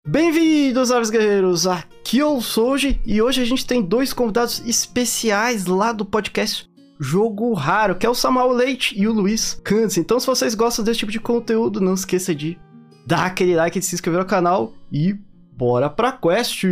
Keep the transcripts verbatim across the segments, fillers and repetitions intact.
Bem-vindos, aves guerreiros! Aqui é o Souji e hoje a gente tem dois convidados especiais lá do podcast Jogo Raro, que é o Samuel Leite e o Luiz Cantz. Então, se vocês gostam desse tipo de conteúdo, não esqueça de dar aquele like, de se inscrever no canal e bora pra quest!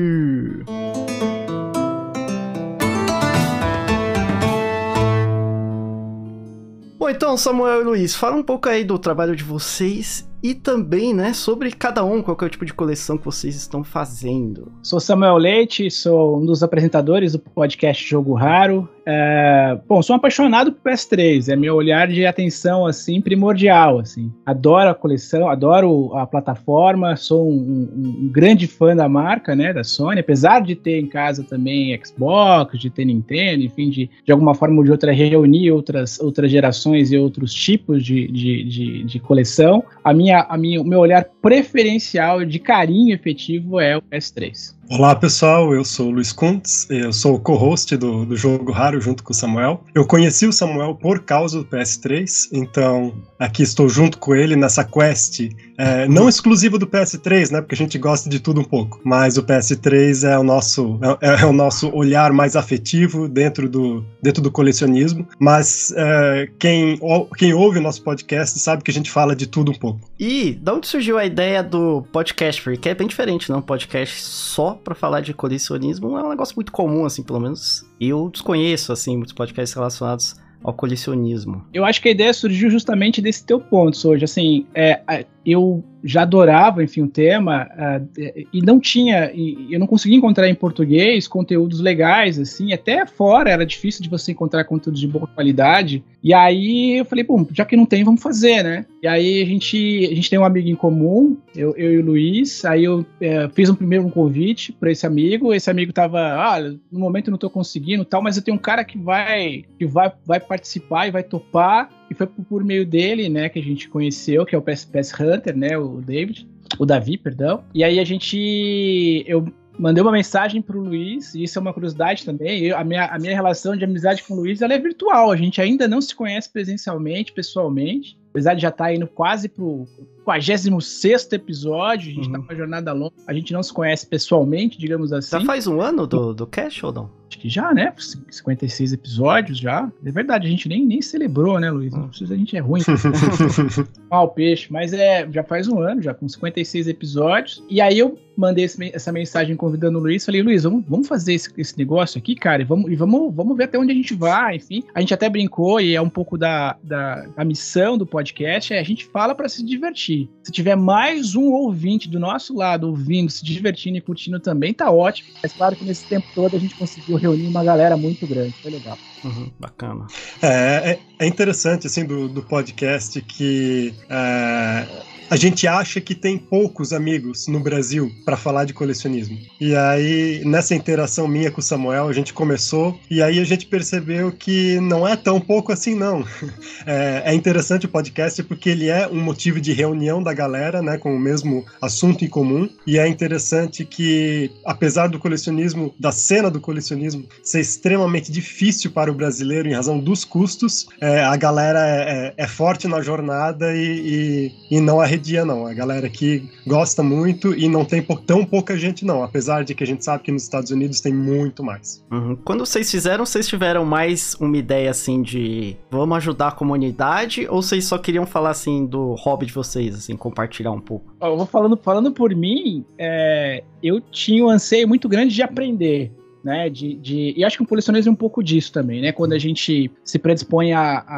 Bom, então, Samuel e Luiz, fala um pouco aí do trabalho de vocês e também, né, sobre cada um, qual que é o tipo de coleção que vocês estão fazendo. Sou Samuel Leite, sou um dos apresentadores do podcast Jogo Raro. É, bom, sou um apaixonado por P S três, é meu olhar de atenção, assim, primordial, assim. Adoro a coleção, adoro a plataforma, sou um, um, um grande fã da marca, né, da Sony, apesar de ter em casa também Xbox, de ter Nintendo, enfim, de, de alguma forma ou de outra reunir outras, outras gerações e outros tipos de, de, de, de coleção. A minha A minha, o meu olhar preferencial de carinho efetivo é o P S três. Olá pessoal, eu sou o Luiz Cantz, eu sou o co-host do, do Jogo Raro junto com o Samuel. Eu conheci o Samuel por causa do P S três, então aqui estou junto com ele nessa quest, é, não exclusiva do P S três, né, porque a gente gosta de tudo um pouco, mas o P S três é o nosso, é, é o nosso olhar mais afetivo dentro do, dentro do colecionismo, mas é, quem, quem ouve o nosso podcast sabe que a gente fala de tudo um pouco. E de onde surgiu a ideia do podcast? Porque é bem diferente, não? Um podcast só pra falar de colecionismo é um negócio muito comum, assim, pelo menos eu desconheço, assim, muitos podcasts relacionados ao colecionismo. Eu acho que a ideia surgiu justamente desse teu ponto, Souji. Assim, é, eu já adorava, enfim, o tema, uh, e não tinha, e eu não conseguia encontrar em português conteúdos legais, assim, até fora era difícil de você encontrar conteúdos de boa qualidade, e aí eu falei, bom, já que não tem, vamos fazer, né? E aí a gente, a gente tem um amigo em comum, eu, eu e o Luiz, aí eu é, fiz um primeiro um convite para esse amigo, esse amigo tava, ah, no momento eu não tô conseguindo tal, mas eu tenho um cara que vai, que vai, vai participar e vai topar, e foi por meio dele, né, que a gente conheceu, que é o P S, P S Hunter, né, o David, o Davi, perdão. E aí a gente, eu mandei uma mensagem pro Luiz, e isso é uma curiosidade também, eu, a, minha, a minha relação de amizade com o Luiz, ela é virtual, a gente ainda não se conhece presencialmente, pessoalmente, apesar de já estar indo quase pro quadragésimo sexto episódio, a gente uhum. tá com uma jornada longa, a gente não se conhece pessoalmente, digamos assim. Já faz um ano do, do Cash ou não? Acho que já, né? cinquenta e seis episódios já. É verdade, a gente nem, nem celebrou, né, Luiz? Não precisa, a gente é ruim. Mal peixe, mas é, já faz um ano, já com cinquenta e seis episódios. E aí eu mandei esse, essa mensagem convidando o Luiz, falei, Luiz, vamos, vamos fazer esse, esse negócio aqui, cara, e, vamos, e vamos, vamos ver até onde a gente vai, enfim. A gente até brincou, e é um pouco da, da, da missão do podcast, é a gente fala pra se divertir. Se tiver mais um ouvinte do nosso lado ouvindo, se divertindo e curtindo também, tá ótimo. Mas claro que nesse tempo todo a gente conseguiu reunir uma galera muito grande, foi legal. Uhum, bacana. É, é, é interessante, assim, do, do podcast que é, a gente acha que tem poucos amigos no Brasil para falar de colecionismo. E aí, nessa interação minha com o Samuel, a gente começou, e aí a gente percebeu que não é tão pouco assim, não. É, é interessante o podcast porque ele é um motivo de reunião da galera, né, com o mesmo assunto em comum, e é interessante que, apesar do colecionismo, da cena do colecionismo, ser extremamente difícil para o brasileiro em razão dos custos, é, a galera é, é, é forte na jornada e, e, e não arredia, não. A galera aqui gosta muito e não tem tão pouca gente, não, apesar de que a gente sabe que nos Estados Unidos tem muito mais. Uhum. Quando vocês fizeram, vocês tiveram mais uma ideia, assim, de vamos ajudar a comunidade, ou vocês só queriam falar, assim, do hobby de vocês, assim, compartilhar um pouco? Eu vou falando, falando por mim, é, eu tinha um anseio muito grande de aprender, né, de, de, e acho que o colecionismo é um pouco disso também, né, quando a gente se predispõe a,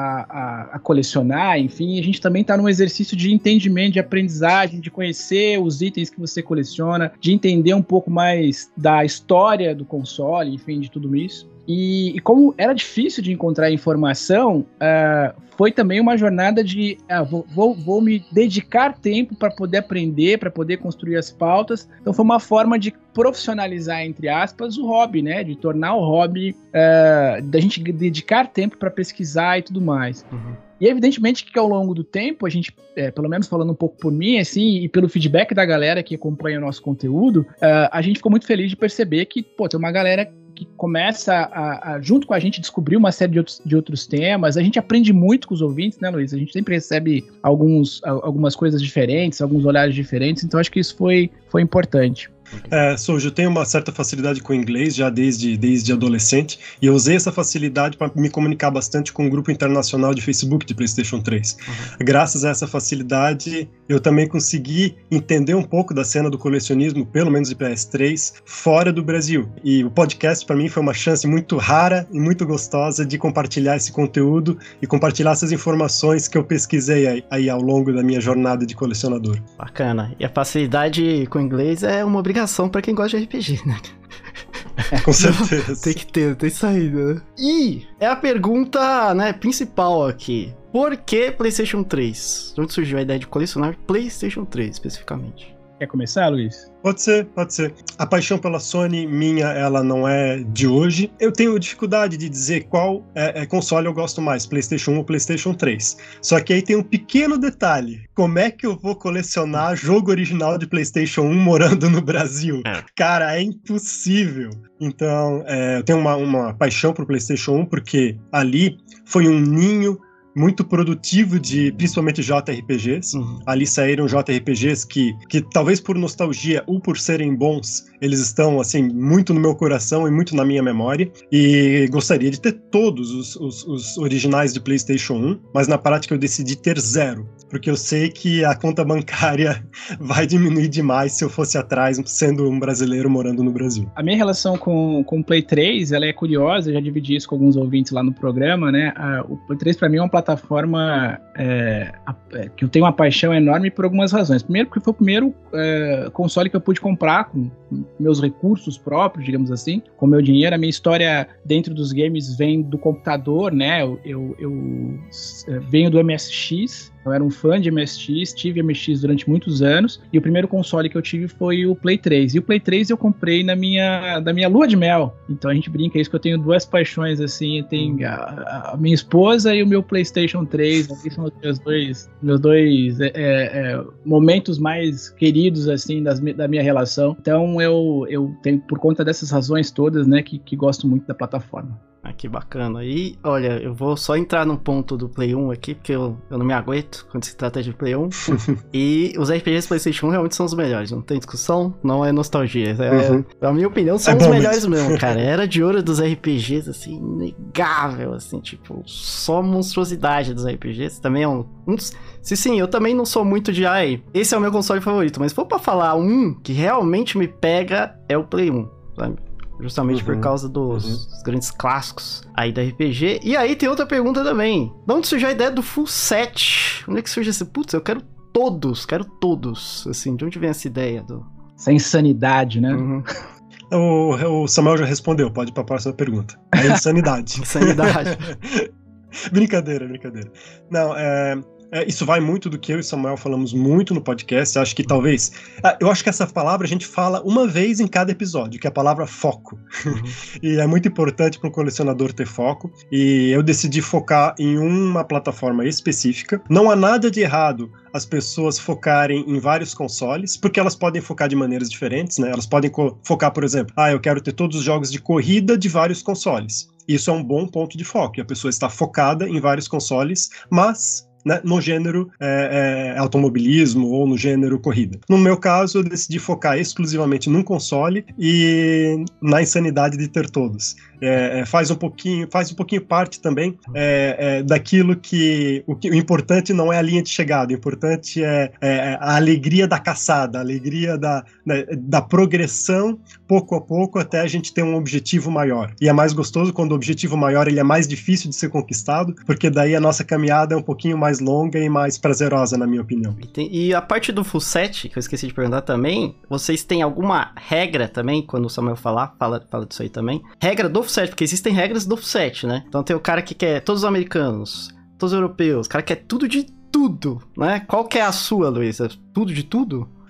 a, a colecionar, enfim, a gente também está num exercício de entendimento, de aprendizagem, de conhecer os itens que você coleciona, de entender um pouco mais da história do console, enfim, de tudo isso. E, e como era difícil de encontrar informação, uh, foi também uma jornada de uh, vou, vou, vou me dedicar tempo para poder aprender, para poder construir as pautas. Então foi uma forma de profissionalizar, entre aspas, o hobby, né? De tornar o hobby, uh, da gente dedicar tempo para pesquisar e tudo mais. Uhum. E evidentemente que ao longo do tempo, a gente, é, pelo menos falando um pouco por mim, assim, e pelo feedback da galera que acompanha o nosso conteúdo, uh, a gente ficou muito feliz de perceber que, pô, tem uma galera que começa a, a, junto com a gente, descobrir uma série de outros, de outros temas. A gente aprende muito com os ouvintes, né, Luiz? A gente sempre recebe alguns, algumas coisas diferentes, alguns olhares diferentes, então acho que isso foi, foi importante. É, Soujo, eu tenho uma certa facilidade com o inglês já desde, desde adolescente, e eu usei essa facilidade para me comunicar bastante com o grupo internacional de Facebook de PlayStation três. Uhum. Graças a essa facilidade, eu também consegui entender um pouco da cena do colecionismo, pelo menos de P S três, fora do Brasil. E o podcast, para mim, foi uma chance muito rara e muito gostosa de compartilhar esse conteúdo e compartilhar essas informações que eu pesquisei aí, aí ao longo da minha jornada de colecionador. Bacana. E a facilidade com o inglês é uma obrigação pra quem gosta de R P G, né? Com certeza. Tem que ter, tem saída, né? E é a pergunta, né, principal aqui. Por que PlayStation três? De onde surgiu a ideia de colecionar PlayStation três, especificamente? Quer começar, Luiz? Pode ser, pode ser. A paixão pela Sony, minha, ela não é de hoje. Eu tenho dificuldade de dizer qual é, é console eu gosto mais, PlayStation um ou PlayStation três. Só que aí tem um pequeno detalhe. Como é que eu vou colecionar jogo original de PlayStation um morando no Brasil? É. Cara, é impossível. Então, é, eu tenho uma, uma paixão por PlayStation um, porque ali foi um ninho muito produtivo de, principalmente J R P Gs. Uhum. Ali saíram J R P Gs que, que talvez por nostalgia ou por serem bons, eles estão, assim, muito no meu coração e muito na minha memória. E gostaria de ter todos os, os, os originais de PlayStation um, mas na prática eu decidi ter zero, porque eu sei que a conta bancária vai diminuir demais se eu fosse atrás, sendo um brasileiro morando no Brasil. A minha relação com, com o Play três, ela é curiosa, eu já dividi isso com alguns ouvintes lá no programa, né? A, o Play três pra mim é uma plataforma é, a, é, que eu tenho uma paixão enorme por algumas razões. Primeiro, porque foi o primeiro é, console que eu pude comprar com meus recursos próprios, digamos assim, com meu dinheiro. A minha história dentro dos games vem do computador, né? Eu, eu, eu é, venho do M S X. Eu era um fã de M S X, tive M S X durante muitos anos, e o primeiro console que eu tive foi o Play três. E o Play três eu comprei na minha, da minha lua de mel. Então a gente brinca isso, que eu tenho duas paixões, assim, tem a, a minha esposa e o meu PlayStation três, aqui são os meus dois, meus dois é, é, momentos mais queridos, assim, das, da minha relação. Então eu, eu tenho, por conta dessas razões todas, né, que, que gosto muito da plataforma. Ah, que bacana. E, olha, eu vou só entrar no ponto do Play um aqui, porque eu, eu não me aguento quando se trata de Play um. E os R P Gs PlayStation um realmente são os melhores, não tem discussão, não é nostalgia. É, uhum. Na minha opinião, são é os melhores mesmo, mesmo, cara. Era de ouro dos R P Gs, assim, inegável, assim, tipo, só monstruosidade dos R P Gs. Também é um... um se sim, eu também não sou muito de, ai, esse é o meu console favorito, mas se for pra falar um que realmente me pega, é o Play um, sabe? Justamente uhum, por causa dos uhum. grandes clássicos aí da R P G. E aí tem outra pergunta também. De onde surgiu a ideia do full set? Onde é que surge esse? Putz, eu quero todos, quero todos. Assim, de onde vem essa ideia? Do... Essa insanidade, né? Uhum. O, o Samuel já respondeu, pode ir pra próxima pergunta. É insanidade. Insanidade. Brincadeira, brincadeira. Não, é... É, isso vai muito do que eu e Samuel falamos muito no podcast. Acho que talvez... Eu acho que essa palavra a gente fala uma vez em cada episódio, que é a palavra foco. Uhum. E é muito importante para um colecionador ter foco. E eu decidi focar em uma plataforma específica. Não há nada de errado as pessoas focarem em vários consoles, porque elas podem focar de maneiras diferentes, né? Elas podem focar, por exemplo, ah, eu quero ter todos os jogos de corrida de vários consoles. Isso é um bom ponto de foco. E a pessoa está focada em vários consoles, mas... né, no gênero é, é, automobilismo ou no gênero corrida. No meu caso, eu decidi focar exclusivamente num console e na insanidade de ter todos. É, é, faz um pouquinho, faz um pouquinho parte também é, é, daquilo que o, que o importante não é a linha de chegada, o importante é, é a alegria da caçada, a alegria da, da, da progressão pouco a pouco até a gente ter um objetivo maior. E é mais gostoso quando o objetivo maior ele é mais difícil de ser conquistado, porque daí a nossa caminhada é um pouquinho mais longa e mais prazerosa, na minha opinião. E, tem, e a parte do full set, que eu esqueci de perguntar também, vocês têm alguma regra também, quando o Samuel falar, fala, fala disso aí também, regra do full set, porque existem regras do full set, né? Então tem o cara que quer todos os americanos, todos os europeus, o cara que quer tudo de tudo, né? Qual que é a sua, Luiz? É tudo de tudo?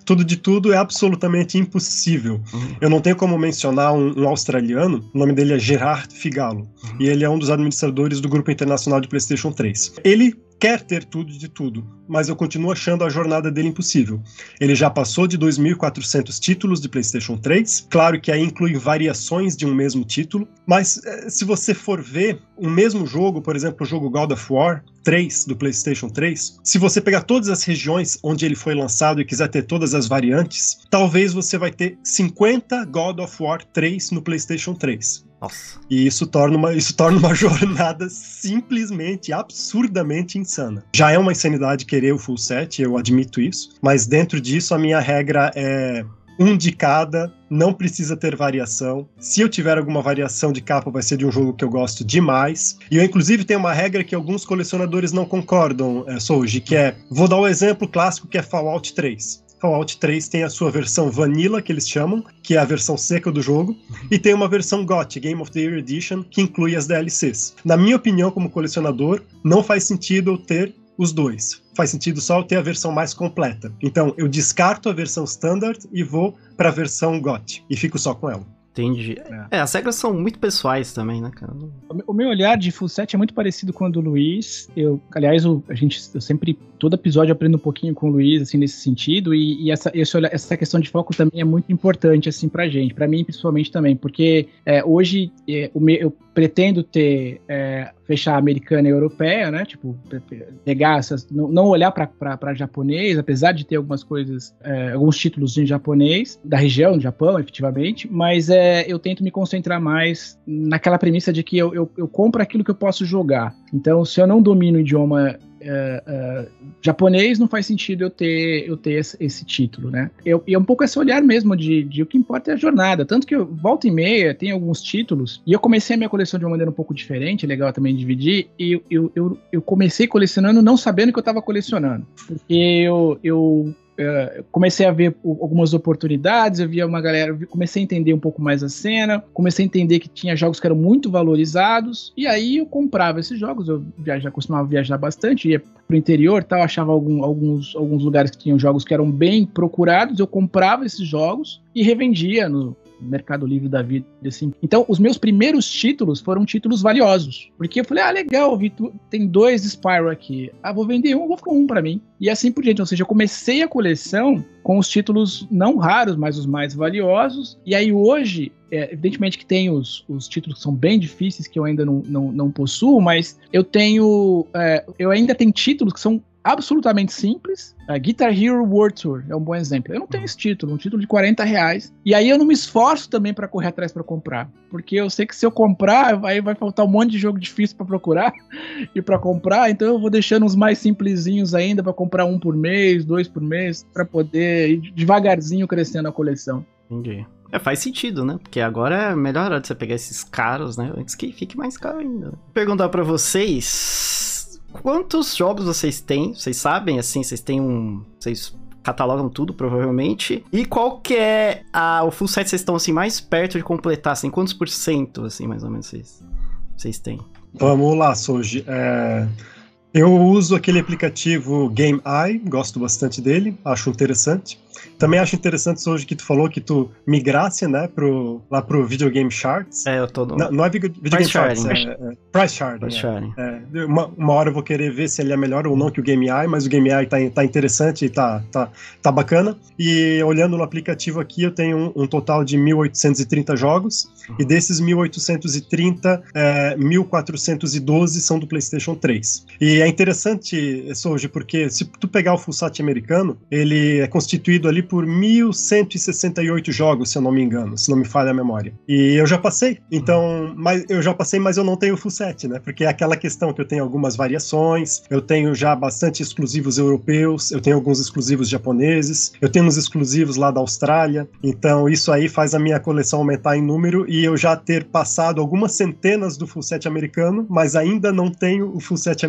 tudo de tudo é absolutamente impossível. Uhum. Eu não tenho como mencionar um, um australiano, o nome dele é Gerard Figalo, uhum. e ele é um dos administradores do Grupo Internacional de PlayStation três. Ele quer ter tudo de tudo, mas eu continuo achando a jornada dele impossível. Ele já passou de dois mil e quatrocentos títulos de PlayStation três, claro que aí inclui variações de um mesmo título, mas se você for ver um mesmo jogo, por exemplo, o jogo God of War três do PlayStation três, se você pegar todas as regiões onde ele foi lançado e quiser ter todas as variantes, talvez você vai ter cinquenta God of War três no PlayStation três. Nossa. E isso torna, uma, isso torna uma jornada simplesmente, absurdamente insana. Já é uma insanidade querer o full set, eu admito isso, mas dentro disso a minha regra é um de cada, não precisa ter variação. Se eu tiver alguma variação de capa, vai ser de um jogo que eu gosto demais. E eu, inclusive, tenho uma regra que alguns colecionadores não concordam, é, Souji, que é, vou dar um exemplo clássico, que é Fallout três. Fallout três tem a sua versão Vanilla, que eles chamam, que é a versão seca do jogo, e tem uma versão G O T Y, Game of the Year Edition, que inclui as D L Cs. Na minha opinião, como colecionador, não faz sentido eu ter os dois. Faz sentido só eu ter a versão mais completa. Então, eu descarto a versão Standard e vou para a versão G O T Y, e fico só com ela. Entendi. É. é, as regras são muito pessoais também, né, cara? O meu olhar de full set é muito parecido com o do Luiz. Eu, aliás, eu, a gente, eu sempre, todo episódio eu aprendo um pouquinho com o Luiz, assim, nesse sentido, e, e essa, esse, essa questão de foco também é muito importante, assim, pra gente, pra mim, principalmente também, porque é, hoje é, o meu, eu pretendo ter, é, fechar a americana e a europeia, né, tipo, pegar essas, não, não olhar pra, pra, pra japonês, apesar de ter algumas coisas, é, alguns títulos em japonês, da região, do Japão, efetivamente, mas é, eu tento me concentrar mais naquela premissa de que eu, eu, eu compro aquilo que eu posso jogar. Então, se eu não domino o idioma uh, uh, japonês, não faz sentido eu ter, eu ter esse, esse título, né? Eu, e é um pouco esse olhar mesmo de, de o que importa é a jornada. Tanto que eu, volta e meia, tem alguns títulos, e eu comecei a minha coleção de uma maneira um pouco diferente, é legal também dividir, e eu, eu, eu, eu comecei colecionando não sabendo que eu estava colecionando. Porque eu... eu Uh, comecei a ver algumas oportunidades, eu via uma galera, comecei a entender um pouco mais a cena, comecei a entender que tinha jogos que eram muito valorizados, e aí eu comprava esses jogos, eu já costumava viajar bastante, ia pro interior e tal, achava algum, alguns, alguns lugares que tinham jogos que eram bem procurados, eu comprava esses jogos e revendia no Mercado Livre da vida, assim. Então, os meus primeiros títulos foram títulos valiosos, porque eu falei, ah, legal, Vitor, tem dois Spyro aqui, ah, vou vender um, vou ficar um pra mim, e assim por diante. Ou seja, eu comecei a coleção com os títulos não raros, mas os mais valiosos, e aí hoje, é, evidentemente que tem os, os títulos que são bem difíceis, que eu ainda não, não, não possuo, mas eu tenho, é, eu ainda tenho títulos que são absolutamente simples. A Guitar Hero World Tour é um bom exemplo. Eu não tenho esse título, um título de quarenta reais. E aí eu não me esforço também para correr atrás para comprar. Porque eu sei que se eu comprar, aí vai faltar um monte de jogo difícil para procurar e para comprar. Então eu vou deixando os mais simplesinhos ainda para comprar um por mês, dois por mês, para poder ir devagarzinho crescendo a coleção. Entendi. É, faz sentido, né? Porque agora é a melhor hora de você pegar esses caros, né? Antes que fique mais caro ainda. Vou perguntar para vocês... Quantos jogos vocês têm? Vocês sabem, assim, vocês têm um... Vocês catalogam tudo, provavelmente. E qual que é a, o full set vocês estão, assim, mais perto de completar? Assim, quantos por cento, assim, mais ou menos, vocês, vocês têm? Vamos lá, Souji. É... Eu uso aquele aplicativo Game Eye, gosto bastante dele, acho interessante. Também acho interessante hoje que tu falou que tu migrasse, né, pro, lá pro Videogame Charts. É, eu tô no... Não, não é Videogame Charts, é, é Price Chart. Price é, Chart. É, uma, uma hora eu vou querer ver se ele é melhor ou não que o Game Eye, mas o Game Eye tá, tá interessante e tá, tá, tá bacana. E olhando no aplicativo aqui, eu tenho um, um total de mil oitocentos e trinta jogos, uhum. E desses mil oitocentos e trinta, é, mil quatrocentos e doze são do PlayStation três. E é interessante, Souji, porque se tu pegar o full set americano, ele é constituído ali por mil cento e sessenta e oito jogos, se eu não me engano, se não me falha a memória. E eu já passei, então, mas eu já passei, mas eu não tenho full set, né? Porque é aquela questão que eu tenho algumas variações, eu tenho já bastante exclusivos europeus, eu tenho alguns exclusivos japoneses, eu tenho uns exclusivos lá da Austrália, então isso aí faz a minha coleção aumentar em número e eu já ter passado algumas centenas do full set americano, mas ainda não tenho o full set americano.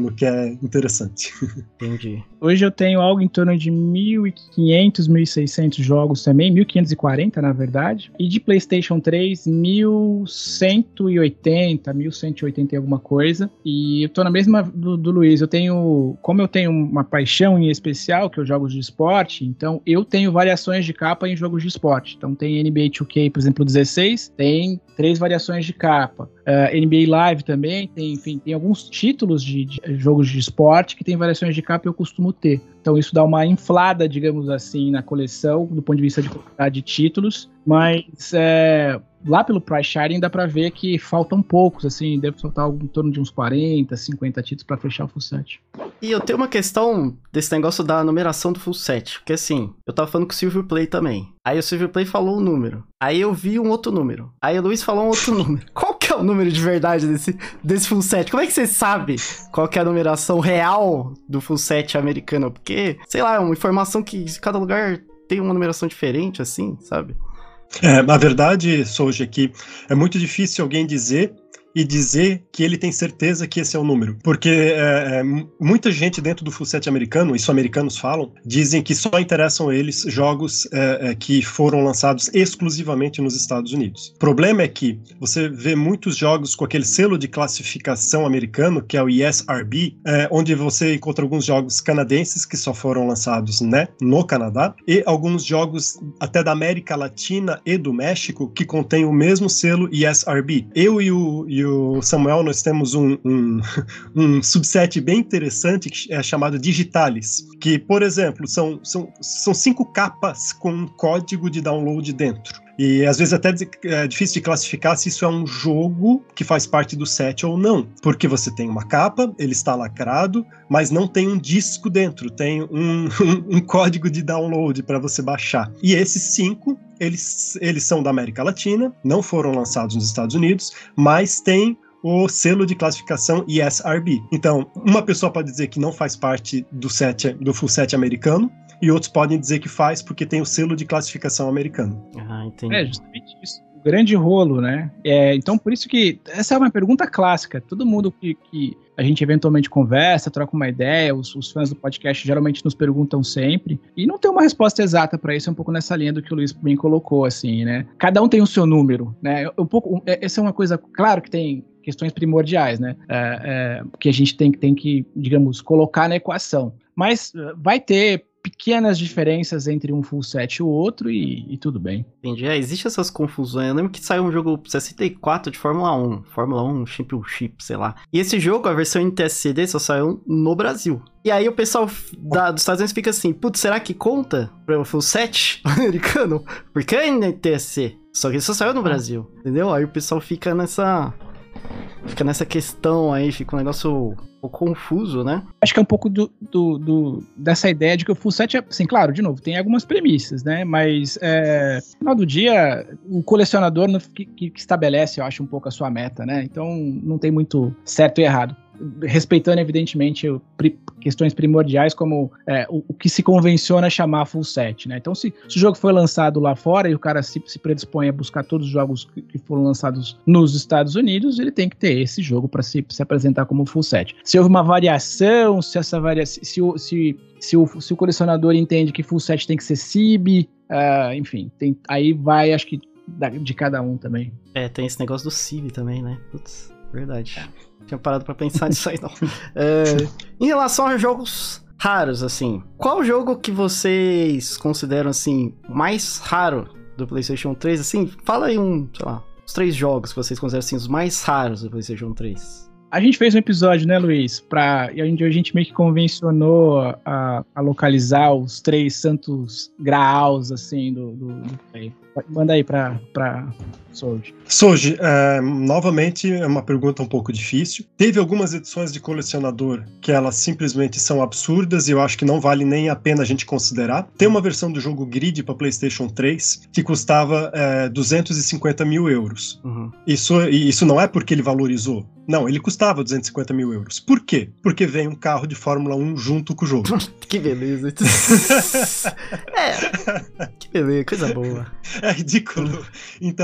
o que é interessante. Entendi. Hoje eu tenho algo em torno de mil e quinhentos, mil e seiscentos jogos também, mil quinhentos e quarenta na verdade, e de PlayStation três, mil cento e oitenta, mil cento e oitenta e alguma coisa, e eu tô na mesma do, do Luiz, eu tenho, como eu tenho uma paixão em especial, que é os jogos de esporte, então eu tenho variações de capa em jogos de esporte, então tem N B A dois K, por exemplo, dezesseis, tem três variações de capa, uh, N B A Live também, tem, enfim, tem alguns títulos de, de jogos de esporte que tem variações de capa e eu costumo ter. Então isso dá uma inflada, digamos assim, na coleção, do ponto de vista de quantidade de títulos, mas é, lá pelo price sharing dá pra ver que faltam poucos, assim, deve faltar algo em torno de uns quarenta, cinquenta títulos pra fechar o full set. E eu tenho uma questão desse negócio da numeração do full set, porque assim, eu tava falando com o Silver Play também, aí o Silver Play falou um número, aí eu vi um outro número, aí o Luiz falou um outro número. Qual que é o número de verdade desse, desse full set? Como é que você sabe qual que é a numeração real do full set americano? Porque, sei lá, é uma informação que cada lugar tem uma numeração diferente, assim, sabe? É, na verdade, Souji, aqui é muito difícil alguém dizer e dizer que ele tem certeza que esse é o número. Porque é, muita gente dentro do full set americano, isso americanos falam, dizem que só interessam a eles jogos é, é, que foram lançados exclusivamente nos Estados Unidos. O problema é que você vê muitos jogos com aquele selo de classificação americano, que é o E S R B, é, onde você encontra alguns jogos canadenses que só foram lançados, né, no Canadá, e alguns jogos até da América Latina e do México que contêm o mesmo selo E S R B. Eu e o E o Samuel, nós temos um, um, um subset bem interessante que é chamado Digitalis, que, por exemplo, são, são, são cinco capas com um código de download dentro. E às vezes até é difícil de classificar se isso é um jogo que faz parte do set ou não. Porque você tem uma capa, ele está lacrado, mas não tem um disco dentro, tem um, um, um código de download para você baixar. E esses cinco, eles, eles são da América Latina, não foram lançados nos Estados Unidos, mas tem o selo de classificação E S R B. Então, uma pessoa pode dizer que não faz parte do, set, do full set americano, e outros podem dizer que faz porque tem o selo de classificação americano. Ah, entendi. É, justamente isso. O grande rolo, né? É, então, por isso que essa é uma pergunta clássica. Todo mundo que, que a gente eventualmente conversa, troca uma ideia, os, os fãs do podcast geralmente nos perguntam sempre, e não tem uma resposta exata para isso, é um pouco nessa linha do que o Luiz bem colocou, assim, né? Cada um tem o seu número, né? Um pouco, essa é uma coisa, claro que tem questões primordiais, né? É, é, que a gente tem, tem que, digamos, colocar na equação. Mas vai ter pequenas diferenças entre um full set e o outro e, e tudo bem. Entendi. É, existem essas confusões. Eu lembro que saiu um jogo sessenta e quatro de Fórmula um. Fórmula um Championship, sei lá. E esse jogo, a versão N T S C D, só saiu no Brasil. E aí o pessoal da, dos Estados Unidos fica assim, putz, será que conta para o full set americano? Porque é N T S C. Só que ele só saiu no Brasil, entendeu? Aí o pessoal fica nessa... Fica nessa questão aí, fica um negócio um pouco confuso, né? Acho que é um pouco do, do, do, dessa ideia de que o full set é, assim, claro, de novo, tem algumas premissas, né? Mas, é, no final do dia, o colecionador no, que, que estabelece, eu acho, um pouco a sua meta, né? Então, não tem muito certo e errado. Respeitando, evidentemente, pri, questões primordiais como é, o, o que se convenciona chamar full set, né? Então, se, se o jogo foi lançado lá fora e o cara se, se predispõe a buscar todos os jogos que, que foram lançados nos Estados Unidos, ele tem que ter esse jogo para se, se apresentar como full set. Se houve uma variação, se essa variação, se, se, se, se, o, se o colecionador entende que full set tem que ser C I B, uh, enfim, tem, aí vai, acho que, da, de cada um também. É, tem esse negócio do C I B também, né? Putz, verdade. É. Tinha parado pra pensar nisso aí, não. É, em relação a jogos raros, assim, qual jogo que vocês consideram, assim, mais raro do PlayStation três? Assim, fala aí um, sei lá, os três jogos que vocês consideram, assim, os mais raros do PlayStation três. A gente fez um episódio, né, Luiz? Pra, e onde a gente meio que convencionou a, a localizar os três santos graus, assim, do, do, do play. Manda aí pra, pra Souji. Souji, é, novamente é uma pergunta um pouco difícil. Teve algumas edições de colecionador que elas simplesmente são absurdas e eu acho que não vale nem a pena a gente considerar. Tem uma versão do jogo Grid para PlayStation três que custava é, duzentos e cinquenta mil euros. Uhum. Isso, e isso não é porque ele valorizou. Não, ele custava duzentos e cinquenta mil euros. Por quê? Porque vem um carro de Fórmula um junto com o jogo. Que beleza. É, que beleza, coisa boa. É ridículo. Então,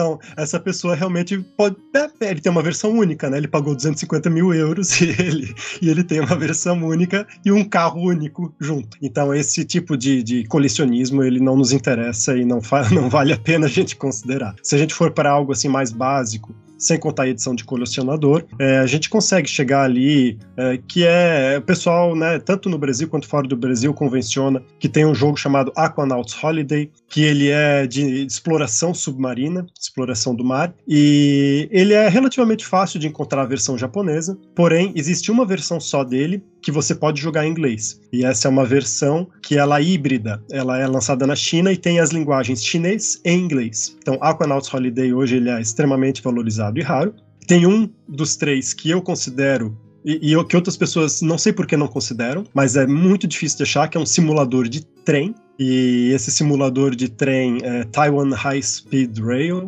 essa pessoa realmente pode... É, ele tem uma versão única, né? Ele pagou duzentos e cinquenta mil euros e ele, e ele tem uma versão única e um carro único junto. Então esse tipo de, de colecionismo, ele não nos interessa e não, fa- não vale a pena a gente considerar. Se a gente for para algo assim mais básico, sem contar a edição de colecionador, é, a gente consegue chegar ali, é, que é, o pessoal, né, tanto no Brasil quanto fora do Brasil, convenciona que tem um jogo chamado Aquanauts Holiday, que ele é de exploração submarina, exploração do mar, e ele é relativamente fácil de encontrar a versão japonesa, porém, existe uma versão só dele, que você pode jogar em inglês. E essa é uma versão que ela é híbrida. Ela é lançada na China e tem as linguagens chinês e inglês. Então, Aquanauts Holiday hoje ele é extremamente valorizado e raro. Tem um dos três que eu considero, e, e que outras pessoas não sei por que não consideram, mas é muito difícil de achar, que é um simulador de trem. E esse simulador de trem, é, Taiwan High Speed Rail,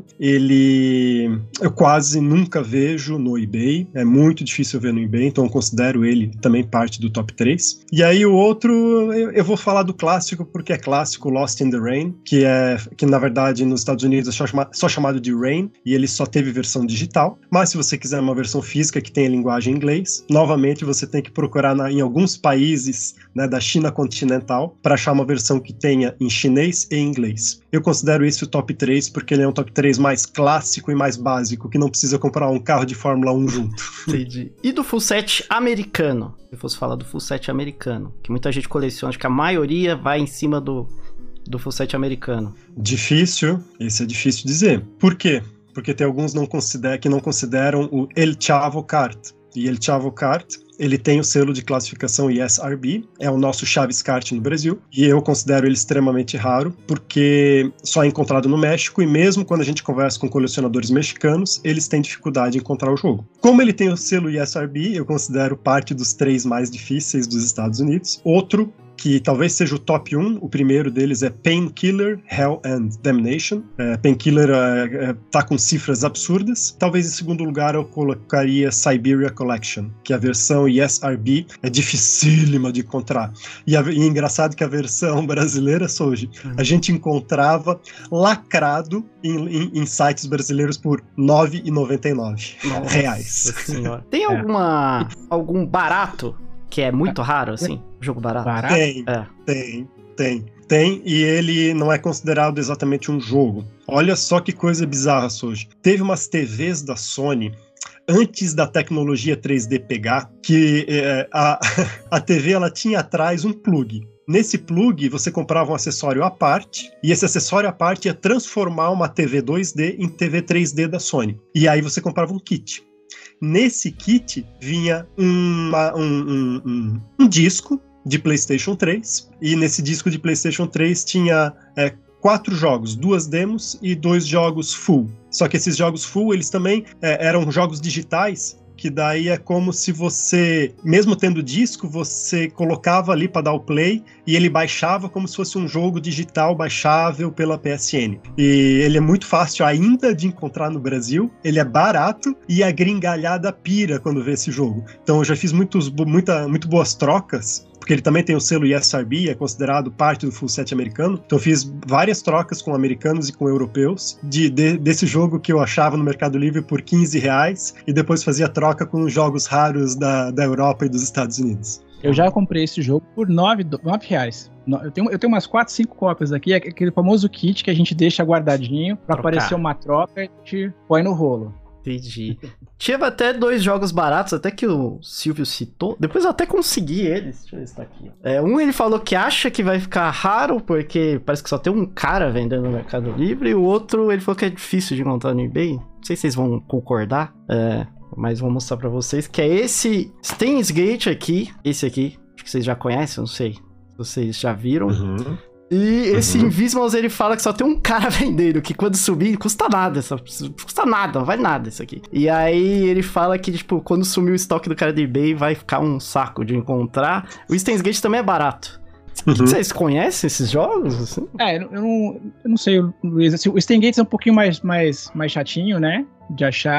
ele eu quase nunca vejo no eBay, é muito difícil ver no eBay, então eu considero ele também parte do top três. E aí o outro, eu, eu vou falar do clássico, porque é clássico, Lost in the Rain, que é que na verdade nos Estados Unidos é só, chama, só chamado de Rain, e ele só teve versão digital, mas se você quiser uma versão física que tenha linguagem em inglês, novamente você tem que procurar na, em alguns países, né, da China continental, para achar uma versão que tenha em chinês e inglês. Eu considero esse o top três porque ele é um top três mais clássico e mais básico, que não precisa comprar um carro de Fórmula um junto. Entendi. E do full set americano? Se eu fosse falar do full set americano, que muita gente coleciona, acho que a maioria vai em cima do, do full set americano. Difícil, esse é difícil dizer. Por quê? Porque tem alguns não consider, que não consideram o El Chavo Kart. E El Chavo Kart, ele tem o selo de classificação E S R B, é o nosso Chaves Kart no Brasil, e eu considero ele extremamente raro, porque só é encontrado no México, e mesmo quando a gente conversa com colecionadores mexicanos, eles têm dificuldade em encontrar o jogo. Como ele tem o selo E S R B, eu considero parte dos três mais difíceis dos Estados Unidos. Outro, que talvez seja o top um, o primeiro deles é Painkiller, Hell and Damnation. É, Painkiller é, é, tá com cifras absurdas. Talvez em segundo lugar eu colocaria Siberia Collection, que a versão E S R B é dificílima de encontrar. E, a, e é engraçado que a versão brasileira, Soji, a gente encontrava lacrado em, em, em sites brasileiros por nove reais e noventa e nove centavos reais. Senhora. Tem alguma, algum barato que é muito raro, assim? Jogo barato? Barato? Tem, é. tem, tem. Tem, e ele não é considerado exatamente um jogo. Olha só que coisa bizarra, Soji. Teve umas T Vs da Sony, antes da tecnologia três D pegar, que é, a, a T V ela tinha atrás um plug. Nesse plug, você comprava um acessório à parte, e esse acessório à parte ia transformar uma T V dois D em T V três D da Sony. E aí você comprava um kit. Nesse kit vinha uma, um, um, um, um disco de PlayStation três, e nesse disco de PlayStation três tinha é, quatro jogos, duas demos e dois jogos full. Só que esses jogos full, eles também é, eram jogos digitais, que daí é como se você, mesmo tendo disco, você colocava ali para dar o play e ele baixava como se fosse um jogo digital baixável pela P S N. E ele é muito fácil ainda de encontrar no Brasil, ele é barato e a gringalhada pira quando vê esse jogo. Então eu já fiz muitos, muita, muito boas trocas, porque ele também tem o selo E S R B, é considerado parte do full set americano. Então eu fiz várias trocas com americanos e com europeus de, de, desse jogo que eu achava no Mercado Livre por quinze reais, e depois fazia troca com jogos raros da, da Europa e dos Estados Unidos. Eu já comprei esse jogo por nove reais. Eu tenho, eu tenho umas quatro, cinco cópias aqui, aquele famoso kit que a gente deixa guardadinho pra Trocar. Aparecer uma troca e a gente põe no rolo. Entendi. Tinha até dois jogos baratos, até que o Silvio citou. Depois eu até consegui eles. Deixa eu ver se tá aqui. É, um ele falou que acha que vai ficar raro, porque parece que só tem um cara vendendo no Mercado Livre. E o outro ele falou que é difícil de encontrar no eBay. Não sei se vocês vão concordar, é, mas vou mostrar pra vocês. Que é esse Steins Gate aqui. Esse aqui. Acho que vocês já conhecem, não sei. Se vocês já viram. Uhum. E esse uhum. Invisimals, ele fala que só tem um cara vendendo, que quando subir, custa nada, só, custa nada, não vale nada isso aqui. E aí ele fala que, tipo, quando sumir o estoque do cara do eBay, vai ficar um saco de encontrar. O Steins Gate também é barato. Uhum. Vocês conhecem esses jogos? Assim? É, eu não, eu não sei, Luiz, assim, o Steins Gate é um pouquinho mais, mais, mais chatinho, né, de achar.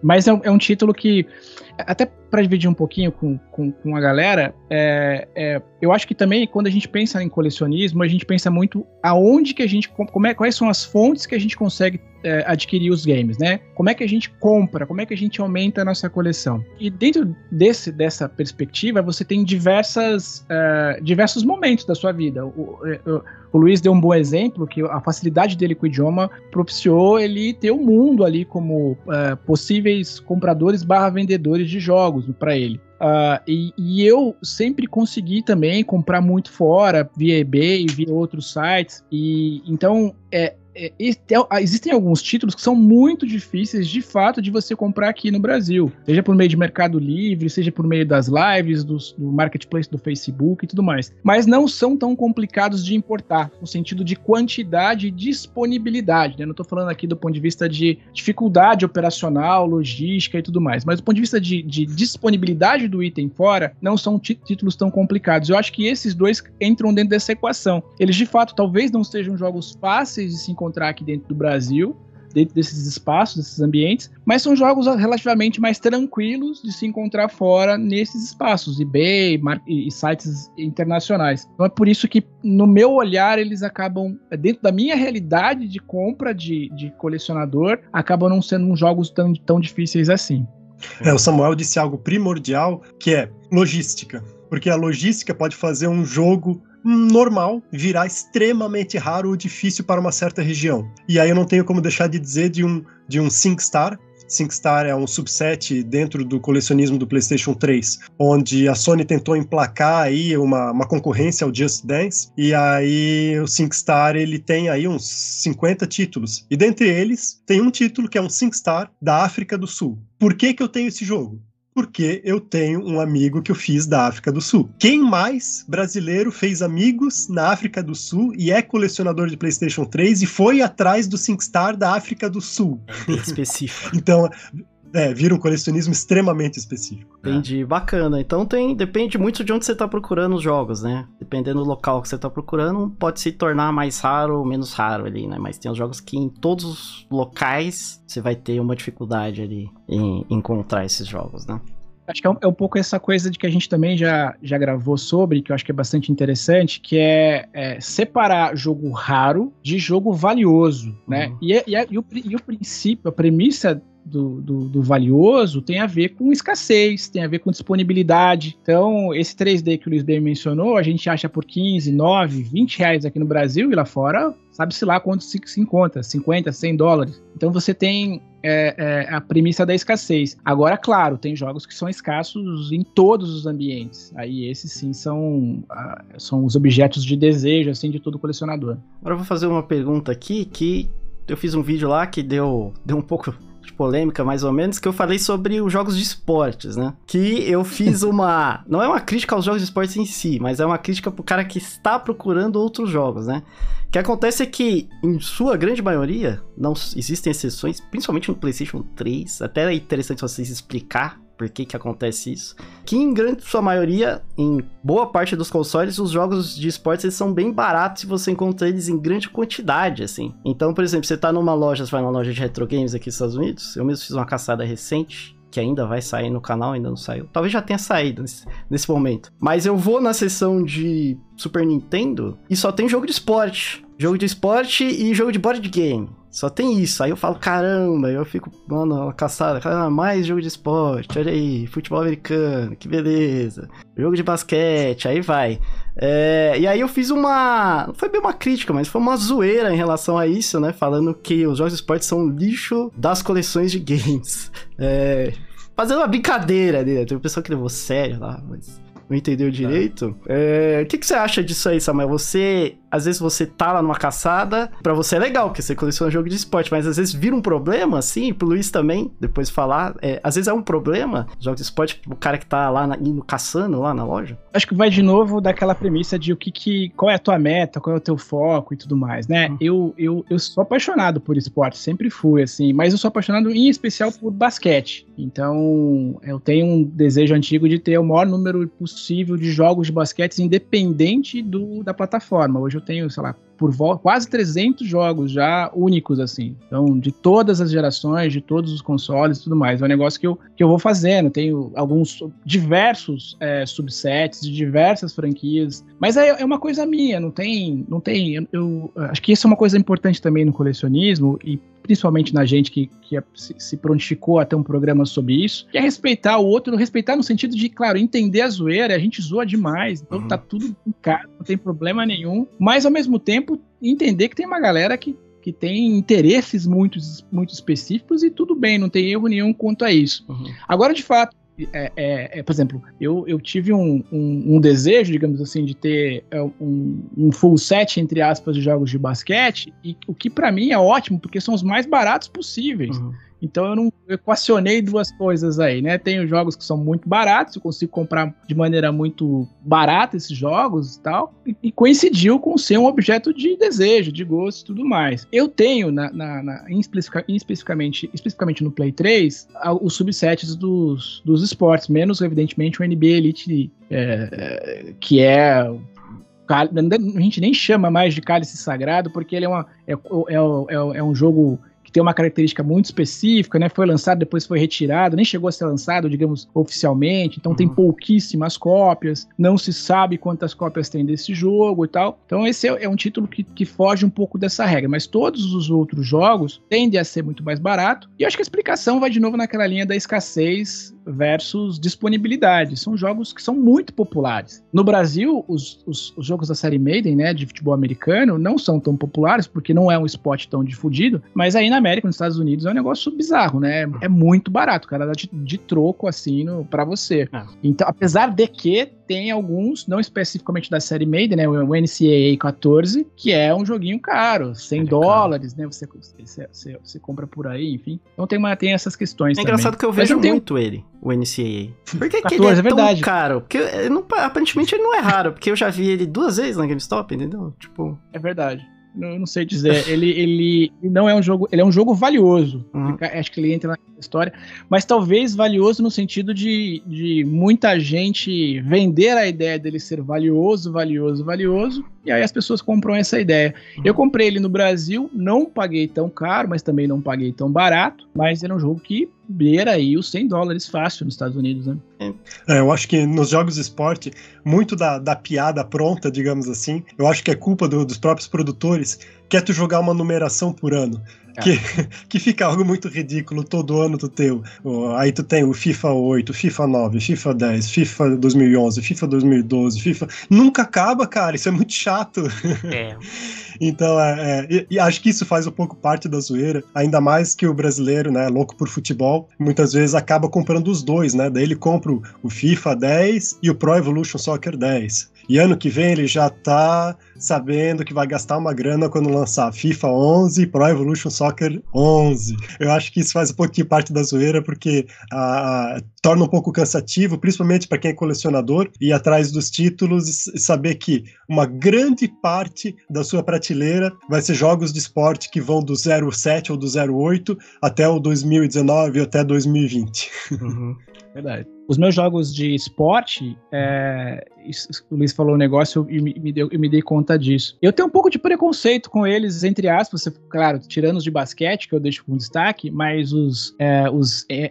Mas é, é um título que, até para dividir um pouquinho com, com, com a galera, é, é, eu acho que também quando a gente pensa em colecionismo, a gente pensa muito aonde que a gente, como é, quais são as fontes que a gente consegue é, adquirir os games, né? Como é que a gente compra, como é que a gente aumenta a nossa coleção. E dentro desse, dessa perspectiva, você tem diversas, uh, diversos momentos da sua vida. O, o, o Luiz deu um bom exemplo, que a facilidade dele com o idioma propiciou ele ter o mundo ali como uh, possíveis compradores barra vendedores de jogos para ele. Uh, e, e eu sempre consegui também comprar muito fora, via eBay, via outros sites, e então é, é, é, existem alguns títulos que são muito difíceis de fato de você comprar aqui no Brasil, seja por meio de Mercado Livre, seja por meio das lives, do, do marketplace do Facebook e tudo mais, mas não são tão complicados de importar, no sentido de quantidade e disponibilidade, né? Não estou falando aqui do ponto de vista de dificuldade operacional, logística e tudo mais, mas do ponto de vista de, de disponibilidade do item fora, não são tí- títulos tão complicados. Eu acho que esses dois entram dentro dessa equação. Eles, de fato, talvez não sejam jogos fáceis de se encontrar aqui dentro do Brasil, dentro desses espaços, desses ambientes, mas são jogos relativamente mais tranquilos de se encontrar fora nesses espaços, eBay mar- e, e sites internacionais. Então é por isso que, no meu olhar, eles acabam, dentro da minha realidade de compra de, de colecionador, acabam não sendo jogos tão, tão difíceis assim. É, o Samuel disse algo primordial, que é logística. Porque a logística pode fazer um jogo normal virar extremamente raro ou difícil para uma certa região. E aí eu não tenho como deixar de dizer de um, de um SingStar. SingStar é um subset dentro do colecionismo do PlayStation três, onde a Sony tentou emplacar aí uma, uma concorrência ao Just Dance, e aí o SingStar ele tem aí uns cinquenta títulos, e dentre eles tem um título que é um SingStar da África do Sul. Por que que eu tenho esse jogo? Porque eu tenho um amigo que eu fiz da África do Sul. Quem mais brasileiro fez amigos na África do Sul e é colecionador de PlayStation três e foi atrás do SingStar da África do Sul? Bem específico. Então, é, vira um colecionismo extremamente específico. Entendi, bacana. Então tem, depende muito de onde você tá procurando os jogos, né? Dependendo do local que você tá procurando, pode se tornar mais raro ou menos raro ali, né? Mas tem os jogos que em todos os locais você vai ter uma dificuldade ali em encontrar esses jogos, né? Acho que é um, é um pouco essa coisa de que a gente também já, já gravou sobre, que eu acho que é bastante interessante, que é, é separar jogo raro de jogo valioso, né? Uhum. E, é, e, é, e, o, e o princípio, a premissa do, do, do valioso tem a ver com escassez, tem a ver com disponibilidade. Então, esse três D que o Luiz bem mencionou, a gente acha por quinze, nove, vinte reais aqui no Brasil, e lá fora, sabe-se lá quanto se, se encontra, cinquenta, cem dólares. Então você tem é, é, a premissa da escassez. Agora, claro, tem jogos que são escassos em todos os ambientes. Aí esses sim são, uh, são os objetos de desejo assim, de todo colecionador. Agora eu vou fazer uma pergunta aqui, que eu fiz um vídeo lá que deu, deu um pouco de polêmica, mais ou menos, que eu falei sobre os jogos de esportes, né? Que eu fiz uma... não é uma crítica aos jogos de esportes em si, mas é uma crítica pro cara que está procurando outros jogos, né? O que acontece é que, em sua grande maioria, não existem exceções, principalmente no PlayStation três, até é interessante vocês explicar por que que acontece isso, que em grande sua maioria, em boa parte dos consoles, os jogos de esportes eles são bem baratos e você encontra eles em grande quantidade, assim. Então, por exemplo, você tá numa loja, você vai numa loja de retro games aqui nos Estados Unidos, eu mesmo fiz uma caçada recente, que ainda vai sair no canal, ainda não saiu. Talvez já tenha saído nesse, nesse momento. Mas eu vou na seção de Super Nintendo e só tem jogo de esporte. Jogo de esporte e jogo de board game. Só tem isso. Aí eu falo, caramba, eu fico, mano, uma caçada. Ah, mais jogo de esporte, olha aí, futebol americano, que beleza. Jogo de basquete, aí vai. É, e aí eu fiz uma... não foi bem uma crítica, mas foi uma zoeira em relação a isso, né? Falando que os jogos de esporte são lixo das coleções de games. É, fazendo uma brincadeira, né? Tem uma pessoa que levou sério lá, mas... não entendeu direito. É, o que, que você acha disso aí, Samuel? Você, às vezes você tá lá numa caçada, pra você é legal, porque você coleciona jogo de esporte, mas às vezes vira um problema, assim, pro Luiz também, depois falar, é, às vezes é um problema, jogos de esporte, o cara que tá lá na, indo caçando lá na loja. Acho que vai de novo daquela premissa de o que que, qual é a tua meta, qual é o teu foco e tudo mais, né? Hum. Eu, eu, eu sou apaixonado por esporte, sempre fui, assim, mas eu sou apaixonado em especial por basquete. Então, eu tenho um desejo antigo de ter o maior número possível possível de jogos de basquete independente do, da plataforma. Hoje eu tenho, sei lá, por volta, quase trezentos jogos já únicos, assim. Então, de todas as gerações, de todos os consoles e tudo mais. É um negócio que eu, que eu vou fazendo. Tenho alguns, diversos é, subsets de diversas franquias. Mas é, é uma coisa minha, não tem... Não tem eu, eu acho que isso é uma coisa importante também no colecionismo, e principalmente na gente que, que se, se prontificou a ter um programa sobre isso, que é respeitar o outro, respeitar no sentido de, claro, entender a zoeira, a gente zoa demais, então uhum. tá tudo em casa, não tem problema nenhum, mas ao mesmo tempo entender que tem uma galera que, que tem interesses muito, muito específicos e tudo bem, não tem erro nenhum quanto a isso. Uhum. Agora, de fato, É, é, é, por exemplo, eu, eu tive um, um, um desejo, digamos assim, de ter um, um full set, entre aspas, de jogos de basquete, e o que pra mim é ótimo, porque são os mais baratos possíveis. Uhum. Então eu não eu equacionei duas coisas aí, né? Tenho jogos que são muito baratos, eu consigo comprar de maneira muito barata esses jogos e tal, e, e coincidiu com ser um objeto de desejo, de gosto e tudo mais. Eu tenho, na, na, na, especific, especificamente, especificamente no Play três, os subsets dos, dos esportes, menos evidentemente o N B A Elite, é, que é... a gente nem chama mais de cálice sagrado, porque ele é, uma, é, é, é, é um jogo que tem uma característica muito específica, né? Foi lançado, depois foi retirado, nem chegou a ser lançado, digamos, oficialmente, então uhum. tem pouquíssimas cópias, não se sabe quantas cópias tem desse jogo e tal. Então esse é, é um título que, que foge um pouco dessa regra, mas todos os outros jogos tendem a ser muito mais barato, e eu acho que a explicação vai de novo naquela linha da escassez versus disponibilidade. São jogos que são muito populares. No Brasil, os, os, os jogos da série Maiden, né, de futebol americano, não são tão populares, porque não é um esporte tão difundido, mas aí na América, nos Estados Unidos, é um negócio bizarro, né? É muito barato, o cara dá de, de troco, assim, no, pra você. Ah. Então, apesar de que tem alguns, não especificamente da série Maiden, né, o N C A A quatorze, que é um joguinho caro, cem dólares, né, você, você, você, você compra por aí, enfim. Então tem, uma, tem essas questões é também. É engraçado que eu vejo muito tenho... ele, o N C A A. Por que, quatorze, que ele é, é verdade. tão caro? Porque ele não, aparentemente ele não é raro, porque eu já vi ele duas vezes na GameStop, entendeu? Tipo... É verdade. Eu não sei dizer, ele, ele não é um jogo, ele é um jogo valioso, uhum. Acho que ele entra na história, mas talvez valioso no sentido de, de muita gente vender a ideia dele ser valioso, valioso, valioso, e aí as pessoas compram essa ideia. Uhum. Eu comprei ele no Brasil, não paguei tão caro, mas também não paguei tão barato, mas era um jogo que beira aí os cem dólares fácil nos Estados Unidos, né? É, eu acho que nos jogos de esporte, muito da, da piada pronta, digamos assim, eu acho que é culpa do, dos próprios produtores, que é tu jogar uma numeração por ano. É. Que, que fica algo muito ridículo, todo ano tu tem, aí tu tem o FIFA oito, FIFA nove, FIFA dez, FIFA dois mil e onze, FIFA dois mil e doze, FIFA... Nunca acaba, cara, isso é muito chato. É. Então, é, é, e acho que isso faz um pouco parte da zoeira, ainda mais que o brasileiro, né, louco por futebol, muitas vezes acaba comprando os dois, né, daí ele compra o, o FIFA dez e o Pro Evolution Soccer dez. E ano que vem ele já tá sabendo que vai gastar uma grana quando lançar FIFA onze e Pro Evolution Soccer onze. Eu acho que isso faz um pouquinho parte da zoeira, porque a, a, torna um pouco cansativo, principalmente para quem é colecionador, ir atrás dos títulos e saber que uma grande parte da sua prateleira vai ser jogos de esporte que vão do zero sete ou do zero oito até o dois mil e dezenove ou até dois mil e vinte. Uhum. Verdade. Os meus jogos de esporte, é, isso, o Luiz falou um negócio e me, me deu, eu me dei conta disso. Eu tenho um pouco de preconceito com eles, entre aspas, você, claro, tirando os de basquete, que eu deixo com destaque, mas os, é, os, é,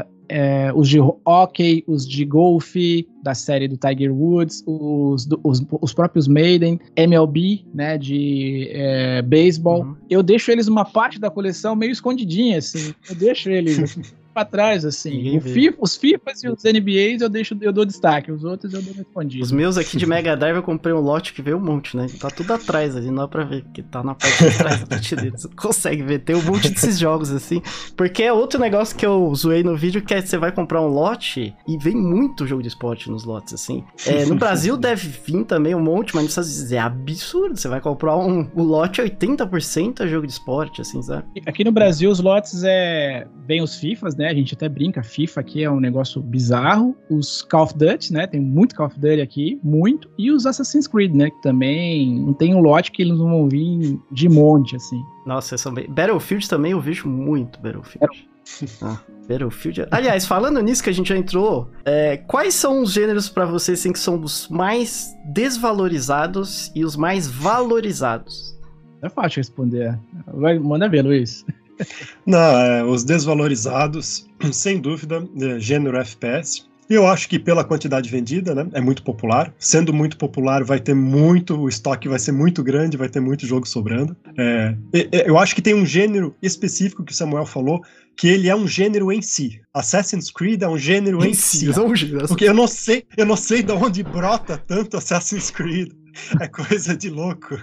é, os de hockey, os de golfe, da série do Tiger Woods, os, os, os próprios Maiden, M L B, né, de é, beisebol, uhum. Eu deixo eles uma parte da coleção meio escondidinha, assim, eu deixo eles... pra trás, assim. O FIFA, os FIFAs e os N B As eu deixo, eu dou destaque, os outros eu dou respondido. Os meus aqui de Mega Drive eu comprei um lote que veio um monte, né? Tá tudo atrás ali, não dá pra ver, porque tá na parte de trás da prateleira. Você consegue ver, tem um monte desses jogos, assim. Porque é outro negócio que eu zoei no vídeo, que é você vai comprar um lote e vem muito jogo de esporte nos lotes, assim. É, no Brasil deve vir também um monte, mas não precisa dizer, é absurdo. Você vai comprar um, um lote, oitenta por cento é jogo de esporte, assim, sabe? Aqui no Brasil os lotes é bem os FIFAs, né? A gente até brinca, FIFA aqui é um negócio bizarro. Os Call of Duty, né? Tem muito Call of Duty aqui, muito. E os Assassin's Creed, né? Que também não tem um lote que eles não vão vir de monte, assim. Nossa, são bem... Battlefield também eu vejo muito, Battlefield. Ah, Battlefield... Aliás, falando nisso que a gente já entrou, é, quais são os gêneros pra vocês assim, que são os mais desvalorizados e os mais valorizados? É fácil responder. Vai, manda ver, Luiz. Não, é, os desvalorizados, sem dúvida, é, gênero F P S. Eu acho que pela quantidade vendida, né, é muito popular. Sendo muito popular, vai ter muito, o estoque vai ser muito grande, vai ter muito jogo sobrando. É, eu acho que tem um gênero específico que o Samuel falou, que ele é um gênero em si. Assassin's Creed é um gênero em, em si. É um gênero. Porque eu não sei, eu não sei de onde brota tanto Assassin's Creed. É coisa de louco.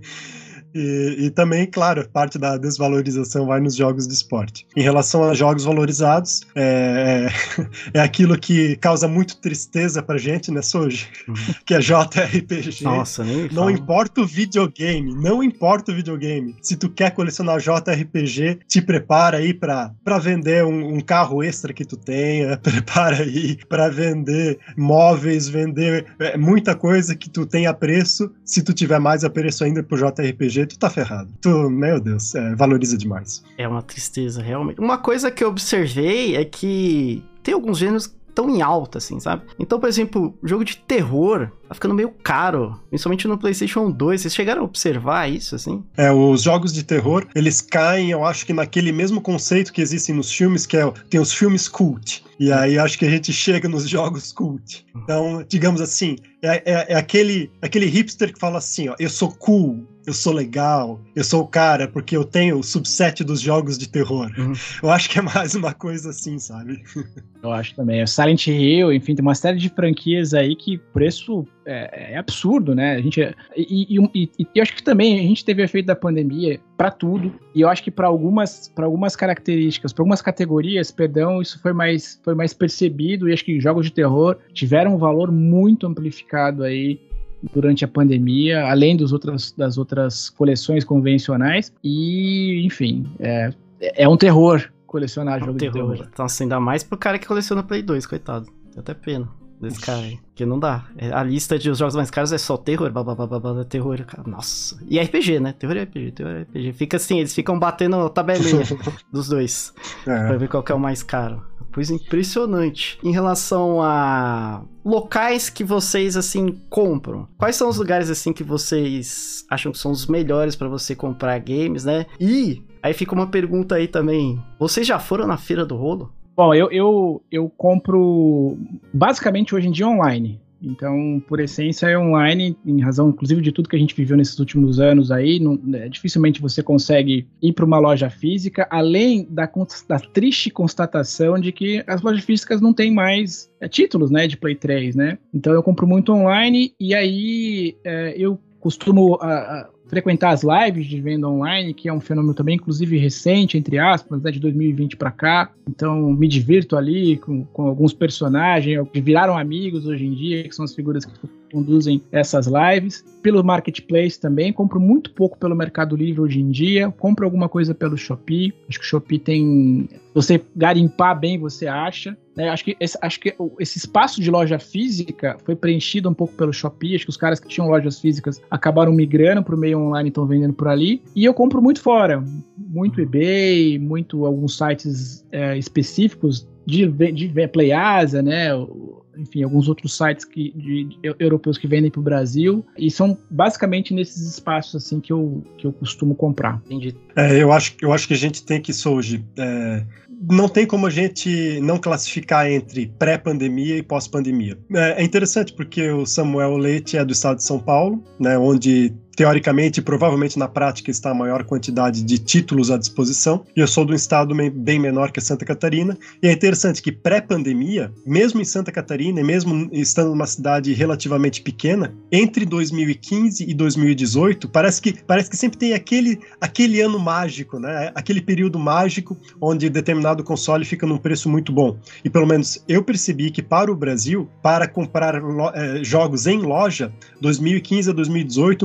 E, e também, claro, parte da desvalorização vai nos jogos de esporte. Em relação a jogos valorizados, é, é aquilo que causa muito tristeza pra gente, né, Soji? Uhum. Que é J R P G. Nossa, nem Não importa o videogame, não importa o videogame. Se tu quer colecionar J R P G, te prepara aí pra, pra vender um, um carro extra que tu tenha, prepara aí pra vender móveis, vender é, muita coisa que tu tem a preço. Se tu tiver mais a preço ainda pro J R P G, tu tá ferrado. Tu, meu Deus, é, valoriza demais. É uma tristeza, realmente. Uma coisa que eu observei é que tem alguns gêneros que estão em alta, assim, sabe? Então, por exemplo, jogo de terror tá ficando meio caro, principalmente no PlayStation dois. Vocês chegaram a observar isso, assim? É, os jogos de terror, eles caem, eu acho que naquele mesmo conceito que existem nos filmes, que é, tem os filmes cult. E aí acho que a gente chega nos jogos cult. Então, digamos assim, é, é, é aquele, aquele hipster que fala assim, ó, eu sou cool, eu sou legal, eu sou o cara porque eu tenho o subset dos jogos de terror. Uhum. Eu acho que é mais uma coisa assim, sabe? Eu acho também. O Silent Hill, enfim, tem uma série de franquias aí que o preço é, é absurdo, né? A gente, e, e, e, e eu acho que também a gente teve o efeito da pandemia para tudo, e eu acho que para algumas, para algumas características, para algumas categorias, perdão, isso foi mais, foi mais percebido, e acho que jogos de terror tiveram um valor muito amplificado aí durante a pandemia, além dos outras, das outras coleções convencionais, e, enfim, é, é um terror colecionar é um jogo terror. de terror. Então, assim, ainda mais pro cara que coleciona Play dois, coitado. Tem até pena desse cara aí, porque não dá. A lista de os jogos mais caros é só terror, babababá, terror, cara. Nossa. E R P G, né? Terror e R P G, terror e R P G. Fica assim, eles ficam batendo tabelinha dos dois, é. Pra ver qual que é o mais caro. Coisa impressionante. Em relação a locais que vocês, assim, compram, quais são os lugares, assim, que vocês acham que são os melhores pra você comprar games, né? E aí fica uma pergunta aí também. Vocês já foram na Feira do Rolo? Bom, eu, eu, eu compro basicamente hoje em dia online. Então, por essência, é online, em razão, inclusive, de tudo que a gente viveu nesses últimos anos aí. Não, é, dificilmente você consegue ir para uma loja física, além da, da triste constatação de que as lojas físicas não têm mais é, títulos, né, de Play três, né? Então, eu compro muito online e aí é, eu costumo a, a, frequentar as lives de venda online, que é um fenômeno também, inclusive, recente, entre aspas, né, de dois mil e vinte para cá. Então, me divirto ali com, com alguns personagens que viraram amigos hoje em dia, que são as figuras que conduzem essas lives. Pelo Marketplace também, compro muito pouco pelo Mercado Livre hoje em dia, compro alguma coisa pelo Shopee. Acho que o Shopee tem... Se você garimpar bem, você acha. Né? Acho que, esse, acho que esse espaço de loja física foi preenchido um pouco pelo Shopee. Acho que os caras que tinham lojas físicas acabaram migrando para o meio online e estão vendendo por ali. E eu compro muito fora. Muito eBay, muito alguns sites é, específicos de, de, de PlayAsia, né? Enfim, alguns outros sites que, de, de, europeus que vendem para o Brasil, e são basicamente nesses espaços assim que eu, que eu costumo comprar. Entendi. É, eu, acho, eu acho que a gente tem que, Soji, é, não tem como a gente não classificar entre pré-pandemia e pós-pandemia. É, é interessante porque o Samuel Leite é do estado de São Paulo, né, onde teoricamente e provavelmente na prática está a maior quantidade de títulos à disposição, e eu sou de um estado bem menor que Santa Catarina, e é interessante que pré-pandemia, mesmo em Santa Catarina, e mesmo estando numa cidade relativamente pequena, entre dois mil e quinze e dois mil e dezoito, parece que, parece que sempre tem aquele, aquele ano mágico, né? Aquele período mágico onde determinado console fica num preço muito bom. E pelo menos eu percebi que para o Brasil, para comprar lo- eh, jogos em loja, dois mil e quinze a dois mil e dezoito, mesmo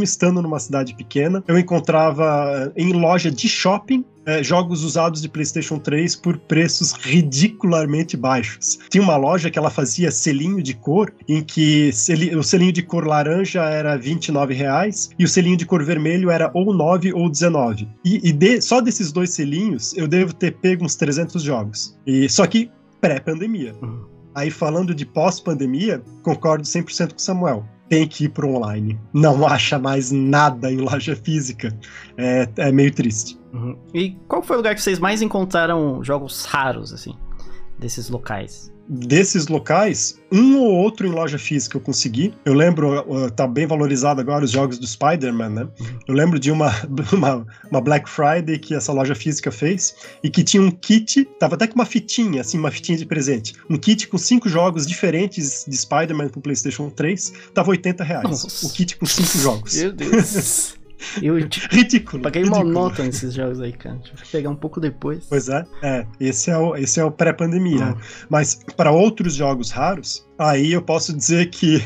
estando numa cidade pequena, eu encontrava em loja de shopping É, jogos usados de PlayStation três por preços ridicularmente baixos. Tinha uma loja que ela fazia selinho de cor, em que o selinho de cor laranja era vinte e nove reais e o selinho de cor vermelho era ou nove ou dezenove. E, e de, só desses dois selinhos eu devo ter pego uns trezentos jogos. E, só que pré-pandemia. Uhum. Aí falando de pós-pandemia, concordo cem por cento com o Samuel. Tem que ir pro online. Não acha mais nada em loja física. É, é meio triste. Uhum. E qual foi o lugar que vocês mais encontraram jogos raros, assim, desses locais? Desses locais, um ou outro em loja física eu consegui. Eu lembro, uh, tá bem valorizado agora os jogos do Spider-Man, né? Eu lembro de uma, uma, uma Black Friday que essa loja física fez e que tinha um kit, tava até com uma fitinha, assim, uma fitinha de presente. Um kit com cinco jogos diferentes de Spider-Man pro PlayStation três, tava oitenta reais. Nossa. O kit com cinco jogos. Meu Deus. Eu tipo, ridículo. Paguei ridículo. uma nota nesses jogos aí, cara. Tive que pegar um pouco depois. Pois é, é. Esse é o, esse é o pré-pandemia. Hum. Mas para outros jogos raros, aí eu posso dizer que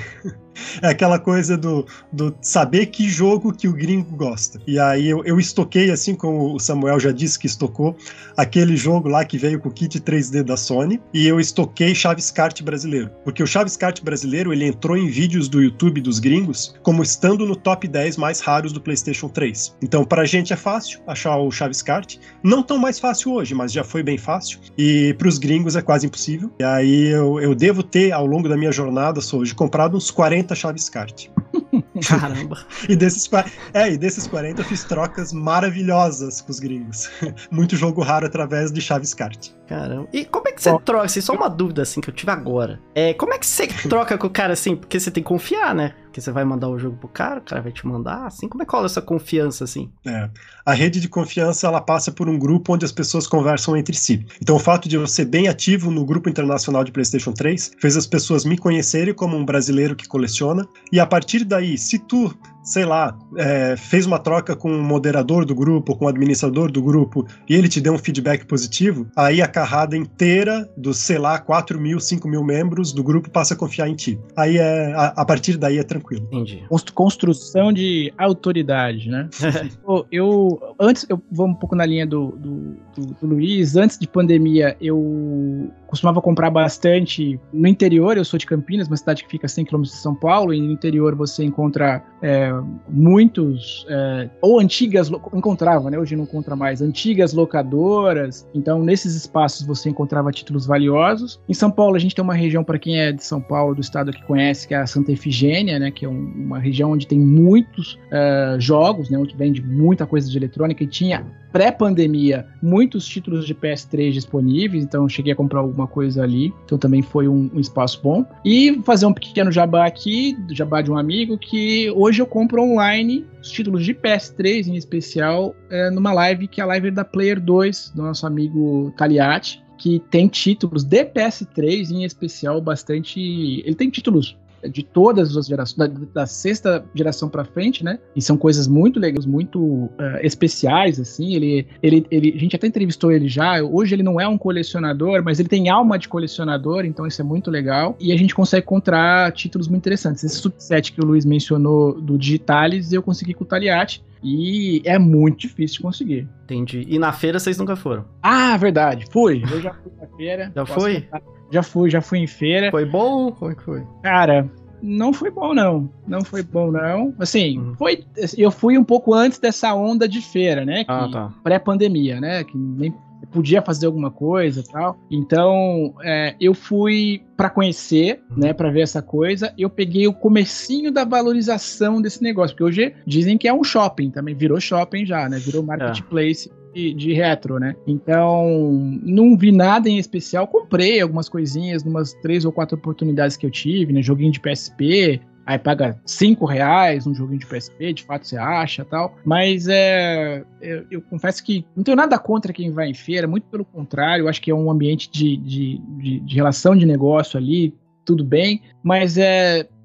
é aquela coisa do, do saber que jogo que o gringo gosta. E aí eu, eu estoquei, assim como o Samuel já disse que estocou, aquele jogo lá que veio com o kit três D da Sony, e eu estoquei Chaves Kart brasileiro. Porque o Chaves Kart brasileiro, ele entrou em vídeos do YouTube dos gringos como estando no top dez mais raros do PlayStation três. Então pra gente é fácil achar o Chaves Kart. Não tão mais fácil hoje, mas já foi bem fácil. E pros gringos é quase impossível. E aí eu, eu devo ter, ao longo da minha jornada, hoje, comprado uns quarenta Chaves Kart. Caramba. e, desses, é, e desses quarenta eu fiz trocas maravilhosas com os gringos. Muito jogo raro através de Chaves Kart. Caramba. E como é que você Bom, troca? Assim, só uma dúvida assim que eu tive agora. É, como é que você troca com o cara assim? Porque você tem que confiar, né? Porque você vai mandar o jogo pro cara, o cara vai te mandar, assim. Como é que rola essa confiança, assim? É. A rede de confiança, ela passa por um grupo onde as pessoas conversam entre si. Então o fato de eu ser bem ativo no grupo internacional de PlayStation três fez as pessoas me conhecerem como um brasileiro que coleciona. E a partir daí, se tu, sei lá, é, fez uma troca com o moderador do grupo, com o administrador do grupo, e ele te deu um feedback positivo, aí a carrada inteira dos, sei lá, quatro mil, cinco mil membros do grupo passa a confiar em ti. Aí é, a, a partir daí é tranquilo. Entendi. Construção de autoridade, né? eu, eu, antes, eu vou um pouco na linha do, do, do, do Luiz, antes de pandemia, eu costumava comprar bastante no interior. Eu sou de Campinas, uma cidade que fica a cem quilômetros de São Paulo, e no interior você encontra é, muitos, é, ou antigas, encontrava, né? Hoje não encontra mais, antigas locadoras. Então, nesses espaços você encontrava títulos valiosos. Em São Paulo, a gente tem uma região, para quem é de São Paulo, do estado que conhece, que é a Santa Efigênia, né? Que é um, uma região onde tem muitos uh, jogos, né? Onde vende muita coisa de eletrônica, e tinha, pré-pandemia, muitos títulos de P S três disponíveis, então eu cheguei a comprar alguma coisa ali, então também foi um, um espaço bom. E fazer um pequeno jabá aqui, jabá de um amigo, que hoje eu compro online os títulos de P S três, em especial, é, numa live, que é a live da Player dois, do nosso amigo Taliati, que tem títulos de P S três, em especial, bastante... Ele tem títulos de todas as gerações, da, da sexta geração pra frente, né? E são coisas muito legais, muito uh, especiais, assim. Ele, ele, ele, a gente até entrevistou ele já. Hoje ele não é um colecionador, mas ele tem alma de colecionador, então isso é muito legal. E a gente consegue encontrar títulos muito interessantes. Esse subset que o Luiz mencionou do Digitalis, eu consegui com o Taliati. E é muito difícil de conseguir. Entendi. E na feira vocês nunca foram? Ah, verdade. Fui. Eu já fui na feira. Já foi? Contar. Já fui, já fui em feira. Foi bom? Como é que foi? Cara, não foi bom, não. Não foi bom, não. Assim, uhum. foi. Eu fui um pouco antes dessa onda de feira, né? Que, ah, tá. Pré-pandemia, né? Que nem podia fazer alguma coisa e tal. Então, é, eu fui para conhecer, uhum. né? Para ver essa coisa. Eu peguei o comecinho da valorização desse negócio, porque hoje dizem que é um shopping também. Virou shopping já, né? Virou marketplace. É. De, de retro, né? Então, não vi nada em especial. Comprei algumas coisinhas, numas três ou quatro oportunidades que eu tive, né? Joguinho de P S P, aí paga cinco reais um joguinho de P S P, de fato você acha e tal. Mas é, eu, eu confesso que não tenho nada contra quem vai em feira, muito pelo contrário, eu acho que é um ambiente de, de, de, de relação de negócio ali, tudo bem, mas é...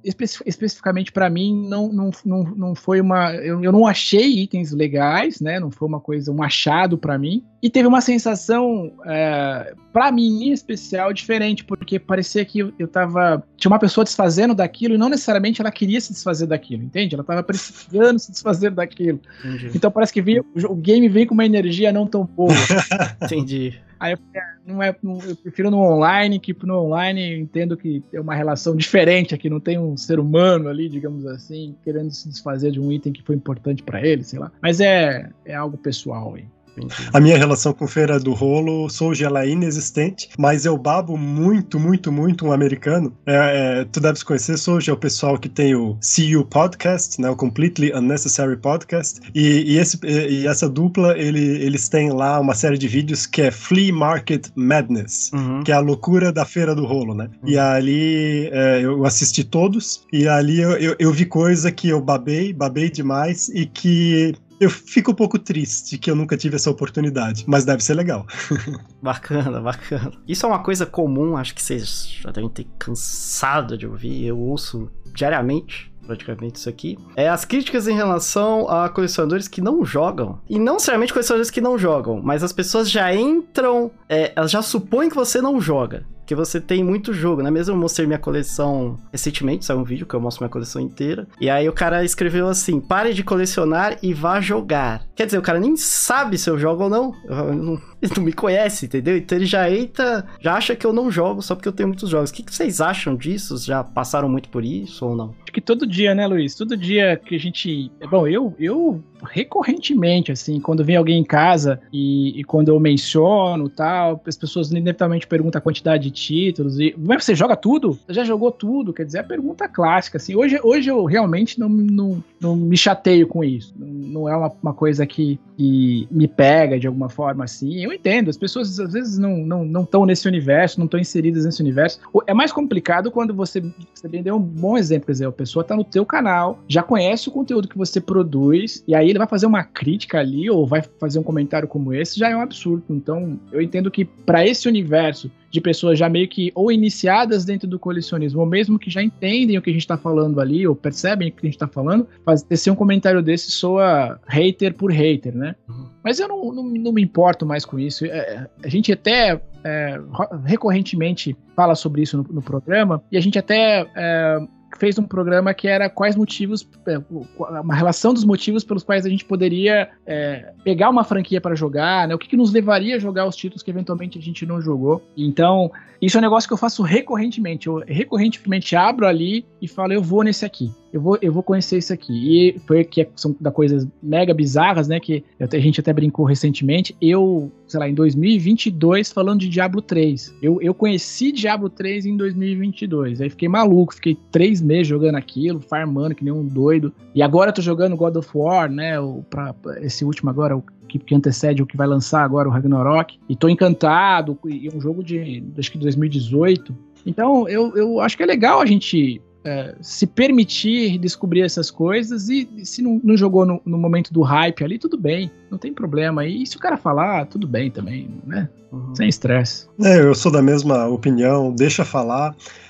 especi especificamente para mim, não, não, não, não foi uma... Eu, eu não achei itens legais, né? Não foi uma coisa, um achado para mim. E teve uma sensação, é, para mim, em especial, diferente, porque parecia que eu, eu tava... Tinha uma pessoa desfazendo daquilo e não necessariamente ela queria se desfazer daquilo, entende? Ela tava precisando se desfazer daquilo. Entendi. Então parece que veio, o game veio com uma energia não tão boa. Entendi. Aí eu, não é, não, eu prefiro no online, que no online eu entendo que tem uma relação diferente aqui, não tem um ser humano ali, digamos assim, querendo se desfazer de um item que foi importante pra ele, sei lá. Mas é, é algo pessoal aí. A minha relação com Feira do Rolo, Souji, ela é inexistente, mas eu babo muito, muito, muito um americano. É, é, tu deves conhecer, Souji, é o pessoal que tem o C U Podcast, né, o Completely Unnecessary Podcast, e, e, esse, e essa dupla, ele, eles têm lá uma série de vídeos que é Flea Market Madness, uhum. que é a loucura da Feira do Rolo, né? Uhum. E ali é, eu assisti todos, e ali eu, eu, eu vi coisa que eu babei, babei demais, e que... Eu fico um pouco triste que eu nunca tive essa oportunidade, mas deve ser legal. Bacana, bacana. Isso é uma coisa comum, acho que vocês já devem ter cansado de ouvir, eu ouço diariamente, praticamente isso aqui. É as críticas em relação a colecionadores que não jogam. E não necessariamente colecionadores que não jogam, mas as pessoas já entram, é, elas já supõem que você não joga. Porque você tem muito jogo, né? Mesmo eu mostrei minha coleção recentemente, saiu um vídeo que eu mostro minha coleção inteira. E aí o cara escreveu assim, pare de colecionar e vá jogar. Quer dizer, o cara nem sabe se eu jogo ou não. Eu não ele não me conhece, entendeu? Então ele já entra, já acha que eu não jogo só porque eu tenho muitos jogos. O que, que vocês acham disso? Já passaram muito por isso ou não? Acho que todo dia, né, Luiz? Todo dia que a gente... Bom, eu... eu... recorrentemente, assim, quando vem alguém em casa e, e quando eu menciono tal, as pessoas inevitavelmente perguntam a quantidade de títulos e, mas você joga tudo? Você já jogou tudo? Quer dizer, é a pergunta clássica, assim, hoje, hoje eu realmente não, não, não me chateio com isso, não, não é uma, uma coisa que, que me pega de alguma forma, assim, eu entendo, as pessoas às vezes não estão não, não nesse universo, não estão inseridas nesse universo, é mais complicado quando você, você deu um bom exemplo, quer dizer, a pessoa está no teu canal, já conhece o conteúdo que você produz, e aí ele vai fazer uma crítica ali ou vai fazer um comentário como esse, já é um absurdo. Então, eu entendo que para esse universo de pessoas já meio que ou iniciadas dentro do colecionismo, ou mesmo que já entendem o que a gente está falando ali, ou percebem o que a gente está falando, fazer um comentário desse soa hater por hater, né? Uhum. Mas eu não, não, não me importo mais com isso. É, a gente até é, recorrentemente fala sobre isso no, no programa, e a gente até... É, fez um programa que era quais motivos, uma relação dos motivos pelos quais a gente poderia é, pegar uma franquia para jogar, né? O que, que nos levaria a jogar os títulos que eventualmente a gente não jogou. Então, isso é um negócio que eu faço recorrentemente. Eu recorrentemente abro ali e falo, eu vou nesse aqui. Eu vou, eu vou conhecer isso aqui. E foi que são da coisas mega bizarras, né? Que a gente até brincou recentemente. Eu, sei lá, em dois mil e vinte e dois, falando de Diablo três. Eu, eu conheci Diablo três em dois mil e vinte e dois. Aí fiquei maluco, fiquei três meses jogando aquilo, farmando que nem um doido. E agora eu tô jogando God of War, né? O, pra, esse último agora, o que, que antecede o que vai lançar agora, o Ragnarok. E tô encantado. E é um jogo de, acho que dois mil e dezoito. Então, eu, eu acho que é legal a gente... É, se permitir descobrir essas coisas e se não, não jogou no, no momento do hype ali, tudo bem, não tem problema. E se o cara falar, tudo bem também, né? Uhum. Sem estresse. É, eu sou da mesma opinião, deixa falar.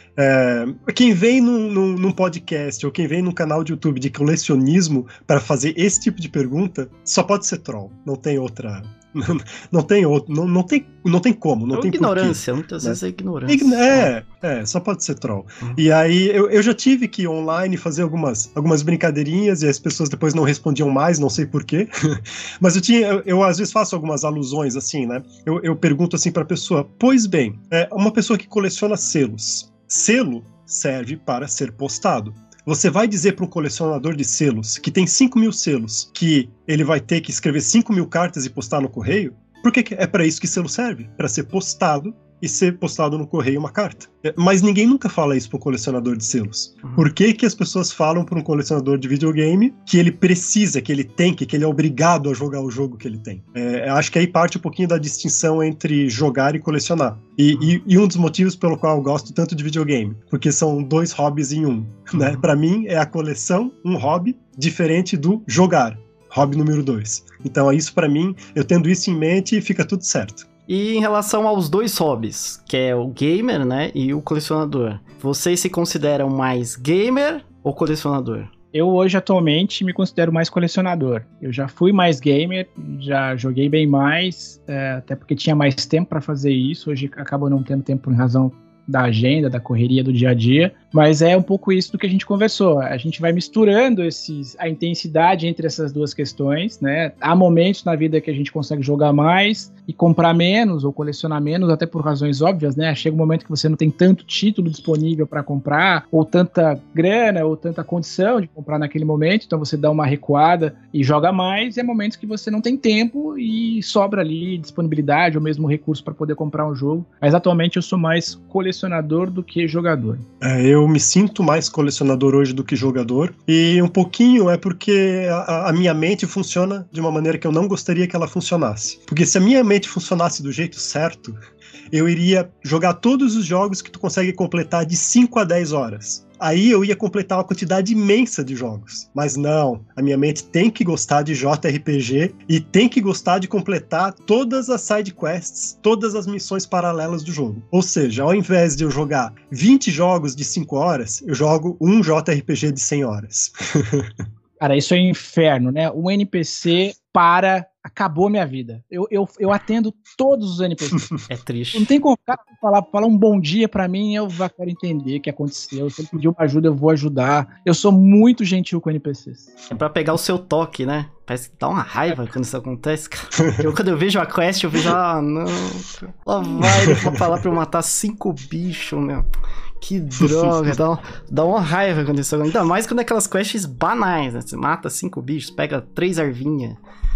É, quem vem num, num, num podcast ou quem vem num canal de YouTube de colecionismo para fazer esse tipo de pergunta, só pode ser troll, não tem outra... Não, não tem outro, não, não, tem, não tem como, não é tem ignorância, porquê, muitas né? vezes é ignorância. É, é, só pode ser troll. Uhum. E aí eu, eu já tive que ir online fazer algumas, algumas brincadeirinhas e as pessoas depois não respondiam mais, não sei porquê. Mas eu tinha, eu, eu às vezes faço algumas alusões assim, né? Eu, eu pergunto assim pra pessoa, pois bem, é uma pessoa que coleciona selos. Selo serve para ser postado. Você vai dizer para um colecionador de selos que tem cinco mil selos que ele vai ter que escrever cinco mil cartas e postar no correio? Porque é para isso que selo serve, para ser postado e ser postado no correio uma carta. Mas ninguém nunca fala isso para um colecionador de selos. Uhum. Por que que as pessoas falam para um colecionador de videogame que ele precisa, que ele tem, que, que ele é obrigado a jogar o jogo que ele tem? É, acho que aí parte um pouquinho da distinção entre jogar e colecionar. E, uhum. e, e um dos motivos pelo qual eu gosto tanto de videogame, porque são dois hobbies em um. Uhum. Né? Para mim, é a coleção um hobby diferente do jogar. Hobby número dois. Então, isso para mim, eu tendo isso em mente, fica tudo certo. E em relação aos dois hobbies, que é o gamer, né, e o colecionador, vocês se consideram mais gamer ou colecionador? Eu hoje, atualmente, me considero mais colecionador. Eu já fui mais gamer, já joguei bem mais, é, até porque tinha mais tempo para fazer isso. Hoje acabo não tendo tempo em razão da agenda, da correria do dia a dia, mas é um pouco isso do que a gente conversou. A gente vai misturando esses, a intensidade entre essas duas questões, né? Há momentos na vida que a gente consegue jogar mais e comprar menos ou colecionar menos, até por razões óbvias, né? Chega um momento que você não tem tanto título disponível para comprar, ou tanta grana, ou tanta condição de comprar naquele momento, então você dá uma recuada e joga mais, e há momentos que você não tem tempo e sobra ali disponibilidade ou mesmo recurso para poder comprar um jogo. Mas atualmente eu sou mais colecionador do que jogador. É, eu me sinto mais colecionador hoje do que jogador, e um pouquinho é porque a, a minha mente funciona de uma maneira que eu não gostaria que ela funcionasse. Porque se a minha mente funcionasse do jeito certo, eu iria jogar todos os jogos que tu consegue completar de cinco a dez horas. Aí eu ia completar uma quantidade imensa de jogos. Mas não, a minha mente tem que gostar de J R P G e tem que gostar de completar todas as side quests, todas as missões paralelas do jogo. Ou seja, ao invés de eu jogar vinte jogos de cinco horas, eu jogo um J R P G de cem horas. Cara, isso é um inferno, né? Um N P C para... Acabou minha vida. Eu, eu, eu atendo todos os N P Cs. É triste. Não tem como cara falar, falar um bom dia pra mim, eu vou quero entender o que aconteceu. Se ele pedir uma ajuda, eu vou ajudar. Eu sou muito gentil com N P Cs. É pra pegar o seu toque, né? Parece que dá uma raiva quando isso acontece, cara. Eu, quando eu vejo a quest, eu vejo, ah, não. Lá vai ele falar pra eu matar cinco bichos, meu. Que droga, dá, uma, dá uma raiva quando isso acontece. Ainda mais quando é aquelas quests banais, né? Você mata cinco bichos, pega três ervinhas.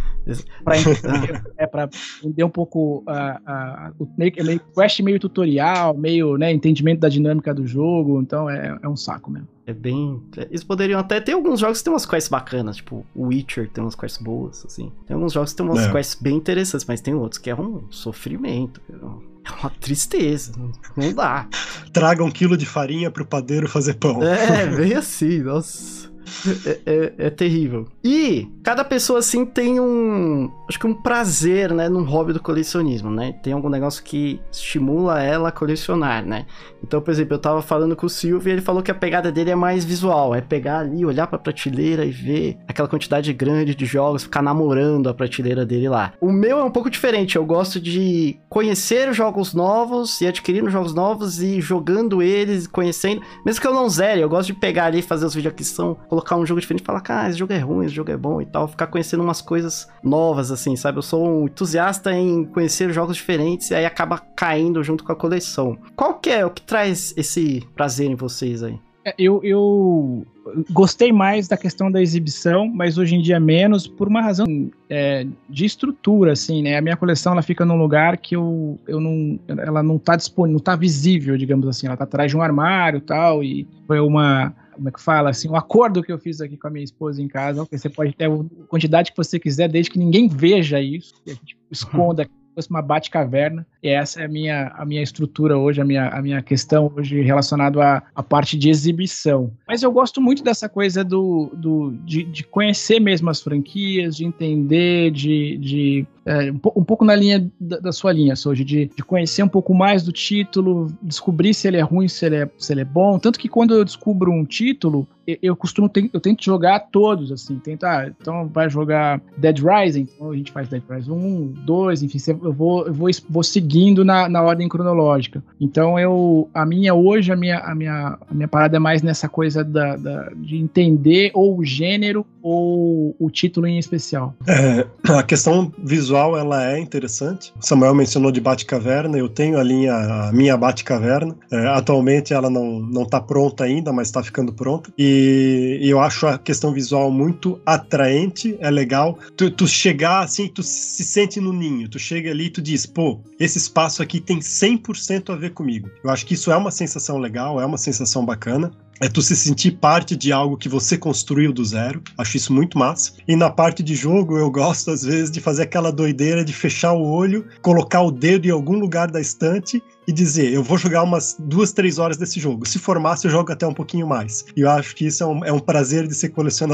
Pra entender, é, pra entender um pouco a, a, o meio, meio quest, meio tutorial, meio, né, entendimento da dinâmica do jogo, então é, é um saco mesmo. É bem... Eles poderiam até ter alguns jogos que tem umas quests bacanas, tipo o Witcher tem umas quests boas, assim. Tem alguns jogos que tem umas é. quests bem interessantes, mas tem outros que é um sofrimento, é uma tristeza, não dá. Traga um quilo de farinha pro padeiro fazer pão. É, bem assim, nossa... É, é, é terrível. E cada pessoa, assim, tem um... Acho que um prazer, né? Num hobby do colecionismo, né? Tem algum negócio que estimula ela a colecionar, né? Então, por exemplo, eu tava falando com o Silvio e ele falou que a pegada dele é mais visual. É pegar ali, olhar pra prateleira e ver aquela quantidade grande de jogos, ficar namorando a prateleira dele lá. O meu é um pouco diferente. Eu gosto de conhecer jogos novos e adquirindo jogos novos e jogando eles, conhecendo. Mesmo que eu não zere, eu gosto de pegar ali e fazer os vídeos aqui são... colocar um jogo diferente e falar, cara, esse jogo é ruim, esse jogo é bom e tal, ficar conhecendo umas coisas novas, assim, sabe? Eu sou um entusiasta em conhecer jogos diferentes e aí acaba caindo junto com a coleção. Qual que é o que traz esse prazer em vocês aí? Eu, eu gostei mais da questão da exibição, mas hoje em dia menos, por uma razão é, de estrutura, assim, né? A minha coleção, ela fica num lugar que eu, eu não, ela não tá disponível, não tá visível, digamos assim, ela tá atrás de um armário e tal, e foi uma... como é que fala, assim, um acordo que eu fiz aqui com a minha esposa em casa, que você pode ter a quantidade que você quiser, desde que ninguém veja isso, que a gente esconda aqui, fosse uma bate-caverna, e essa é a minha, a minha estrutura hoje, a minha, a minha questão hoje relacionada à, à parte de exibição. Mas eu gosto muito dessa coisa do, do, de, de conhecer mesmo as franquias, de entender, de... de é, um, um pouco na linha da, da sua linha, Soji, de, de conhecer um pouco mais do título, descobrir se ele é ruim, se ele é, se ele é bom, tanto que quando eu descubro um título, eu, eu costumo, eu tento jogar todos, assim, tento, ah, então vai jogar Dead Rising, então a gente faz Dead Rising um, dois, enfim, eu vou, eu vou, vou seguindo na, na ordem cronológica. Então eu, a minha hoje, a minha, a minha, a minha parada é mais nessa coisa da, da, de entender ou o gênero ou o título em especial. É, a questão visual, ela é interessante. O Samuel mencionou de Batcaverna, eu tenho a, linha, a minha Batcaverna. É, atualmente ela não, não tá pronta ainda, mas tá ficando pronta. E, e eu acho a questão visual muito atraente, é legal. Tu, tu chegar assim, tu se sente no ninho, tu chega ali e tu diz, pô, esse espaço aqui tem cem por cento a ver comigo. Eu acho que isso é uma sensação legal, é uma sensação bacana. É tu se sentir parte de algo que você construiu do zero. Acho isso muito massa. E na parte de jogo, eu gosto, às vezes, de fazer aquela doideira de fechar o olho, colocar o dedo em algum lugar da estante e dizer, eu vou jogar umas duas, três horas desse jogo. Se for massa, eu jogo até um pouquinho mais. E eu acho que isso é um, é um prazer de ser colecionador.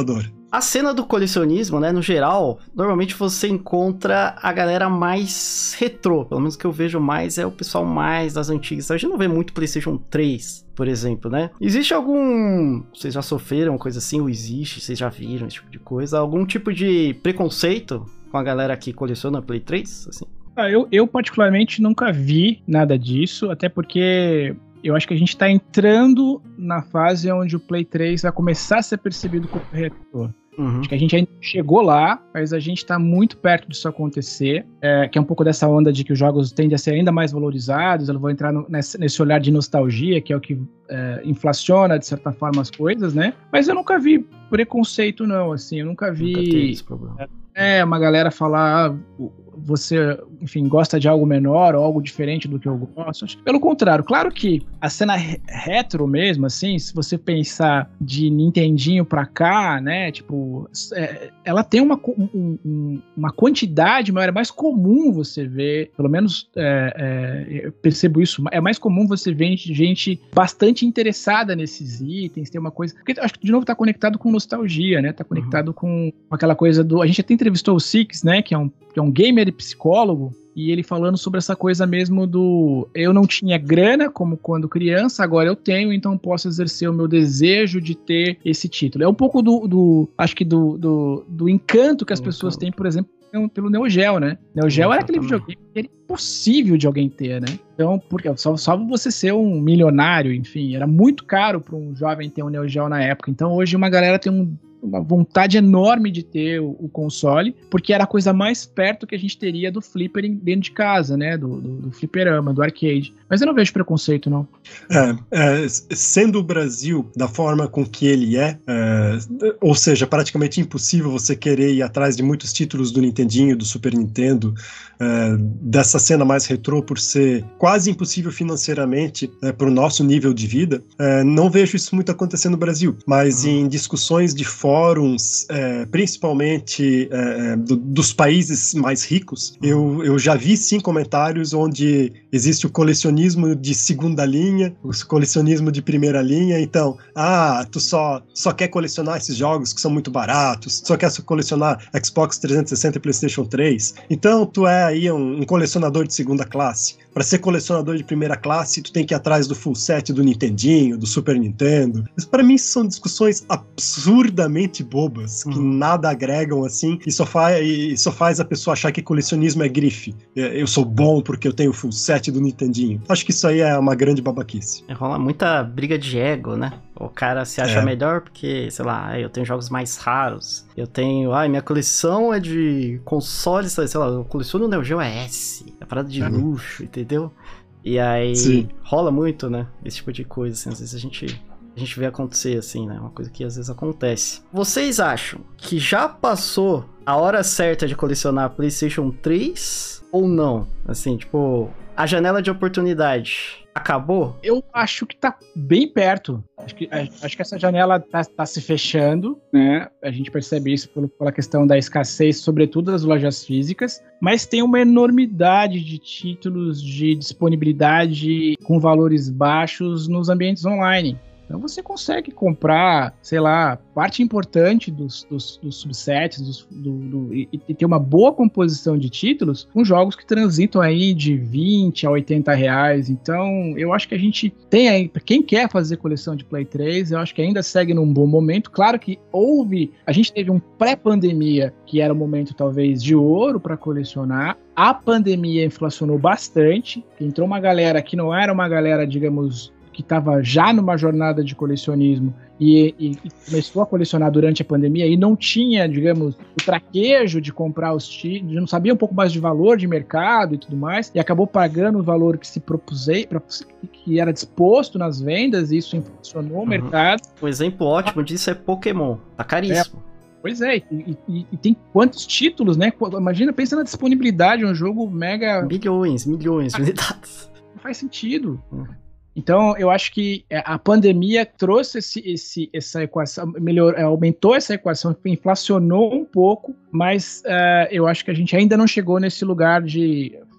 A cena do colecionismo, né, no geral, normalmente você encontra a galera mais retrô, pelo menos o que eu vejo mais é o pessoal mais das antigas. A gente não vê muito PlayStation três, por exemplo, né? Existe algum... Vocês já sofreram coisa assim, ou existe, vocês já viram esse tipo de coisa? Algum tipo de preconceito com a galera que coleciona Play três, assim? Ah, eu, eu particularmente nunca vi nada disso, até porque... Eu acho que a gente está entrando na fase onde o Play três vai começar a ser percebido como retrô. Uhum. Acho que a gente ainda chegou lá, mas a gente está muito perto disso acontecer, é, que é um pouco dessa onda de que os jogos tendem a ser ainda mais valorizados, eles vão entrar no, nesse, nesse olhar de nostalgia, que é o que é, inflaciona, de certa forma, as coisas, né? Mas eu nunca vi preconceito, não, assim, eu nunca vi... Nunca teve esse problema. É, uma galera falar... Ah, você, enfim, gosta de algo menor ou algo diferente do que eu gosto. Pelo contrário, claro que a cena retro mesmo, assim, se você pensar de Nintendinho pra cá, né, tipo, é, ela tem uma, um, uma quantidade maior, é mais comum você ver, pelo menos é, é, eu percebo isso, é mais comum você ver gente bastante interessada nesses itens, tem uma coisa, porque acho que de novo tá conectado com nostalgia, né, tá conectado uhum. com aquela coisa do, a gente até entrevistou o Six, né, que é um, que é um gamer e psicólogo, e ele falando sobre essa coisa mesmo do eu não tinha grana como quando criança, agora eu tenho, então posso exercer o meu desejo de ter esse título. É um pouco do, do acho que do, do, do encanto que as então. pessoas têm, por exemplo, pelo Neo Geo, né? Neo Geo era aquele videogame que era impossível de alguém ter, né? Então, porque só, só você ser um milionário, enfim, era muito caro para um jovem ter um Neo Geo na época. Então, hoje uma galera tem um uma vontade enorme de ter o, o console, porque era a coisa mais perto que a gente teria do flipper dentro de casa, né, do, do, do fliperama, do arcade. Mas eu não vejo preconceito, não. É, é, sendo o Brasil da forma com que ele é, é, ou seja, praticamente impossível você querer ir atrás de muitos títulos do Nintendinho, do Super Nintendo, é, dessa cena mais retrô por ser quase impossível financeiramente é, para o nosso nível de vida, é, não vejo isso muito acontecer no Brasil, mas uhum. em discussões de fóruns, é, principalmente é, do, dos países mais ricos, eu, eu já vi sim comentários onde existe o colecionismo de segunda linha, o colecionismo de primeira linha, então, ah, tu só, só quer colecionar esses jogos que são muito baratos, só quer colecionar Xbox trezentos e sessenta e PlayStation três, então tu é aí um, um colecionador de segunda classe. Para ser colecionador de primeira classe, tu tem que ir atrás do full set do Nintendinho, do Super Nintendo. Mas para mim são discussões absurdamente bobas, que uhum. nada agregam assim, e só, faz, e só faz a pessoa achar que colecionismo é grife. Eu sou bom porque eu tenho o full set do Nintendinho. Acho que isso aí é uma grande babaquice. Rola muita briga de ego, né? O cara se acha é. melhor porque, sei lá, eu tenho jogos mais raros. Eu tenho, ai, minha coleção é de consoles, sei lá, eu coleciono o Neo Geo S, é parada de uhum. luxo, entendeu? E aí Sim. rola muito, né? Esse tipo de coisa, assim, às vezes a gente, a gente vê acontecer, assim, né? Uma coisa que às vezes acontece. Vocês acham que já passou a hora certa de colecionar PlayStation três ou não? Assim, tipo, a janela de oportunidade acabou? Eu acho que tá bem perto. Acho que, acho que essa janela tá, tá se fechando, né? A gente percebe isso pelo, pela questão da escassez, sobretudo das lojas físicas, mas tem uma enormidade de títulos de disponibilidade com valores baixos nos ambientes online. Então você consegue comprar, sei lá, parte importante dos, dos, dos subsets dos, do, do, e, e ter uma boa composição de títulos com jogos que transitam aí de vinte a oitenta reais. Então eu acho que a gente tem aí, para quem quer fazer coleção de Play três, eu acho que ainda segue num bom momento. Claro que houve, a gente teve um pré-pandemia que era um momento talvez de ouro para colecionar. A pandemia inflacionou bastante, entrou uma galera que não era uma galera, digamos, que estava já numa jornada de colecionismo e, e, e começou a colecionar durante a pandemia e não tinha, digamos, o traquejo de comprar os títulos, não sabia um pouco mais de valor de mercado e tudo mais, e acabou pagando o valor que se propusei, que era disposto nas vendas, e isso inflacionou uhum. o mercado. Um exemplo ótimo disso é Pokémon, tá caríssimo. É. Pois é, e, e, e tem quantos títulos, né? Imagina, pensa na disponibilidade, um jogo mega... Milhões, milhões de unidades. Não faz sentido. Uhum. Então, eu acho que a pandemia trouxe esse, esse, essa equação, melhor, aumentou essa equação, inflacionou um pouco, mas uh, eu acho que a gente ainda não chegou nesse lugar de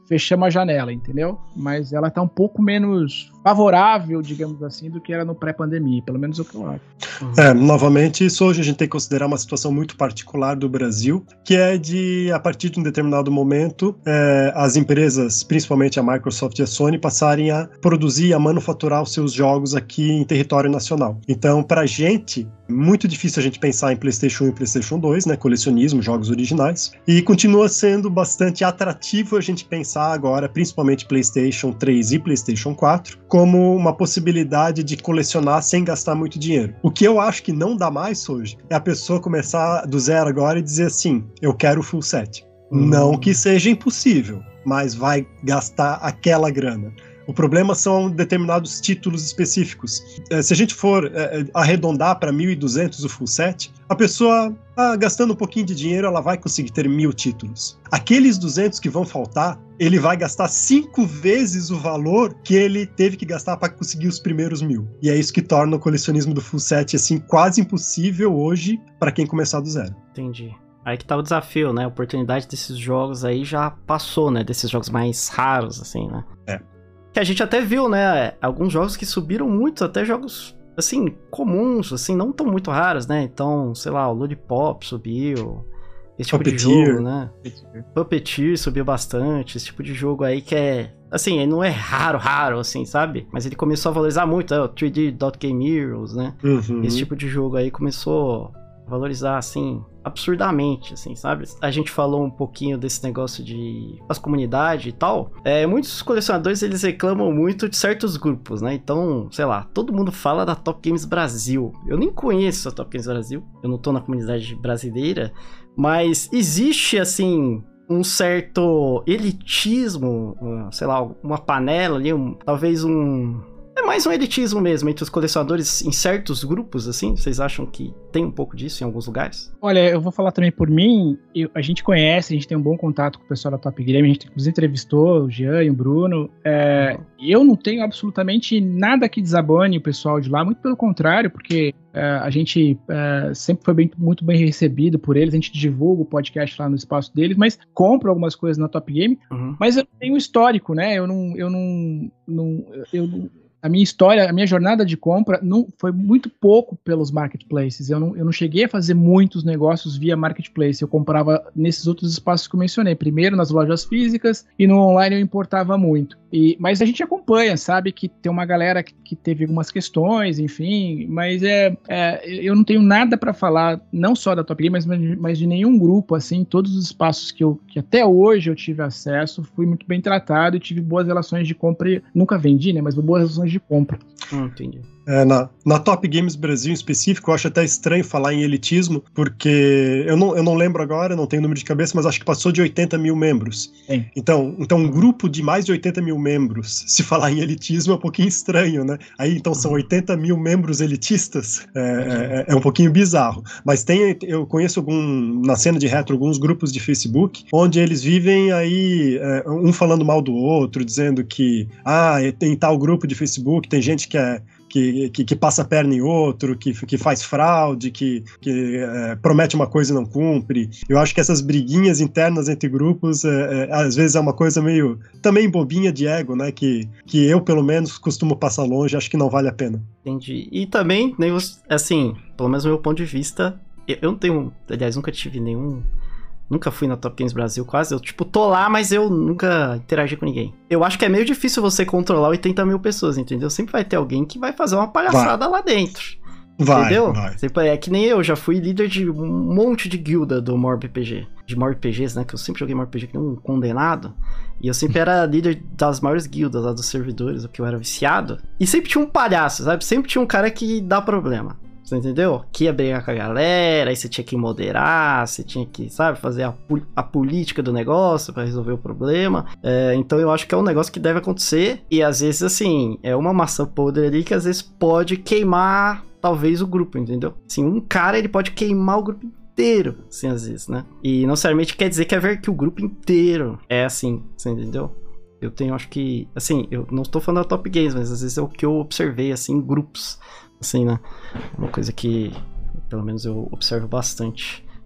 fechamos a janela, entendeu? Mas ela tá um pouco menos favorável, digamos assim, do que era no pré-pandemia, pelo menos é o que eu acho. É, novamente, isso hoje a gente tem que considerar uma situação muito particular do Brasil, que é de, a partir de um determinado momento, é, as empresas, principalmente a Microsoft e a Sony, passarem a produzir, a manufaturar os seus jogos aqui em território nacional. Então, pra gente, muito difícil a gente pensar em PlayStation um e PlayStation dois, né, colecionismo, jogos originais, e continua sendo bastante atrativo a gente pensar agora, principalmente PlayStation três e PlayStation quatro, como uma possibilidade de colecionar sem gastar muito dinheiro. O que eu acho que não dá mais hoje é a pessoa começar do zero agora e dizer assim, eu quero o full set. Hum. Não que seja impossível, mas vai gastar aquela grana. O problema são determinados títulos específicos. Se a gente for é, arredondar para mil e duzentos o full set, a pessoa, ah, gastando um pouquinho de dinheiro, ela vai conseguir ter mil títulos. Aqueles duzentos que vão faltar, ele vai gastar cinco vezes o valor que ele teve que gastar para conseguir os primeiros mil. E é isso que torna o colecionismo do full set assim, quase impossível hoje para quem começar do zero. Entendi. Aí que tá o desafio, né? A oportunidade desses jogos aí já passou, né? Desses jogos mais raros, assim, né? É. Que a gente até viu, né, alguns jogos que subiram muito, até jogos, assim, comuns, assim, não tão muito raros, né, então, sei lá, o Lollipop subiu, esse tipo Puppeteer. de jogo, né, Puppeteer subiu bastante, esse tipo de jogo aí que é, assim, ele não é raro, raro, assim, sabe, mas ele começou a valorizar muito, é, o três D Dot Game Heroes, né, uhum. Esse tipo de jogo aí começou a valorizar, assim, absurdamente, assim, sabe? A gente falou um pouquinho desse negócio de as comunidades e tal. É, muitos colecionadores, eles reclamam muito de certos grupos, né? Então, sei lá, todo mundo fala da Top Games Brasil. Eu nem conheço a Top Games Brasil, eu não tô na comunidade brasileira, mas existe, assim, um certo elitismo, sei lá, uma panela ali, um, talvez um... É mais um elitismo mesmo entre os colecionadores em certos grupos, assim? Vocês acham que tem um pouco disso em alguns lugares? Olha, eu vou falar também por mim, eu, a gente conhece, a gente tem um bom contato com o pessoal da Top Game, a gente inclusive entrevistou o Jean e o Bruno. É, uhum. Eu não tenho absolutamente nada que desabone o pessoal de lá, muito pelo contrário, porque é, a gente é, sempre foi bem, muito bem recebido por eles, a gente divulga o podcast lá no espaço deles, mas compra algumas coisas na Top Game, uhum. Mas eu tenho um histórico, né? Eu não... Eu não, não eu não A minha história, a minha jornada de compra não, foi muito pouco pelos marketplaces. Eu não, eu não cheguei a fazer muitos negócios via marketplace. Eu comprava nesses outros espaços que eu mencionei. Primeiro nas lojas físicas e no online eu importava muito. E, mas a gente acompanha, sabe? Que tem uma galera que, que teve algumas questões, enfim. Mas é, é, eu não tenho nada para falar, não só da Top Game, mas, mas de nenhum grupo, assim. Todos os espaços que, eu, que até hoje eu tive acesso, fui muito bem tratado e tive boas relações de compra. Nunca vendi, né? Mas boas relações de compra. Hum, entendi. É, na, na Top Games Brasil em específico, eu acho até estranho falar em elitismo, porque eu não, eu não lembro agora, não tenho número de cabeça, mas acho que passou de oitenta mil membros. Sim. Então, então, um grupo de mais de oitenta mil membros, se falar em elitismo, é um pouquinho estranho, né? Aí, então, são oitenta mil membros elitistas, é, é, é um pouquinho bizarro. Mas tem, eu conheço algum, na cena de retro, alguns grupos de Facebook, onde eles vivem aí, é, um falando mal do outro, dizendo que, ah, tem tal grupo de Facebook, tem gente que é Que, que, que passa a perna em outro, que, que faz fraude, que, que é, promete uma coisa e não cumpre. Eu acho que essas briguinhas internas entre grupos, é, é, às vezes é uma coisa meio, também bobinha de ego, né, que, que eu, pelo menos, costumo passar longe, acho que não vale a pena. Entendi. E também, assim, pelo menos do meu ponto de vista, eu não tenho, aliás, nunca tive nenhum... Nunca fui na Top Games Brasil, quase. Eu, tipo, tô lá, mas eu nunca interagi com ninguém. Eu acho que é meio difícil você controlar oitenta mil pessoas, entendeu? Sempre vai ter alguém que vai fazer uma palhaçada vai. lá dentro. Vai, entendeu? Vai. Sempre, é que nem eu, já fui líder de um monte de guilda do MorbPG. De MorbPGs, né? Que eu sempre joguei MorbPG que nem um condenado. E eu sempre era líder das maiores guildas lá dos servidores, o que eu era viciado. E sempre tinha um palhaço, sabe? Sempre tinha um cara que dá problema. Você entendeu? Que ia brigar com a galera, aí você tinha que moderar, você tinha que, sabe, fazer a, a política do negócio pra resolver o problema. É, então eu acho que é um negócio que deve acontecer. E às vezes, assim, é uma maçã podre ali que às vezes pode queimar, talvez, o grupo, entendeu? Assim, um cara, ele pode queimar o grupo inteiro, assim, às vezes, né? E não necessariamente quer dizer que é ver que o grupo inteiro é assim, você entendeu? Eu tenho, acho que, assim, eu não estou falando da Top Games, mas às vezes é o que eu observei, assim, em grupos. Assim, né? Uma coisa que, pelo menos, eu observo bastante.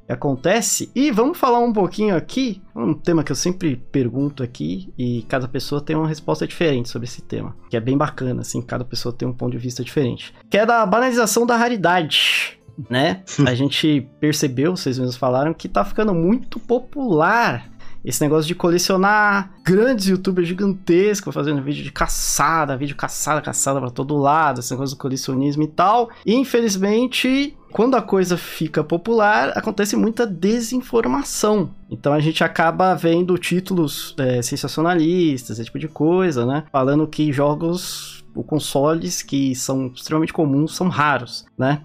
que acontece. E vamos falar um pouquinho aqui, um tema que eu sempre pergunto aqui, e cada pessoa tem uma resposta diferente sobre esse tema, que é bem bacana, assim, cada pessoa tem um ponto de vista diferente, que é da banalização da raridade, né? A gente percebeu, vocês mesmos falaram, que tá ficando muito popular esse negócio de colecionar, grandes youtubers gigantescos fazendo vídeo de caçada, vídeo caçada, caçada pra todo lado, esse negócio do colecionismo e tal. E infelizmente, quando a coisa fica popular, acontece muita desinformação. Então a gente acaba vendo títulos é, sensacionalistas, esse tipo de coisa, né? Falando que jogos ou consoles que são extremamente comuns são raros, né?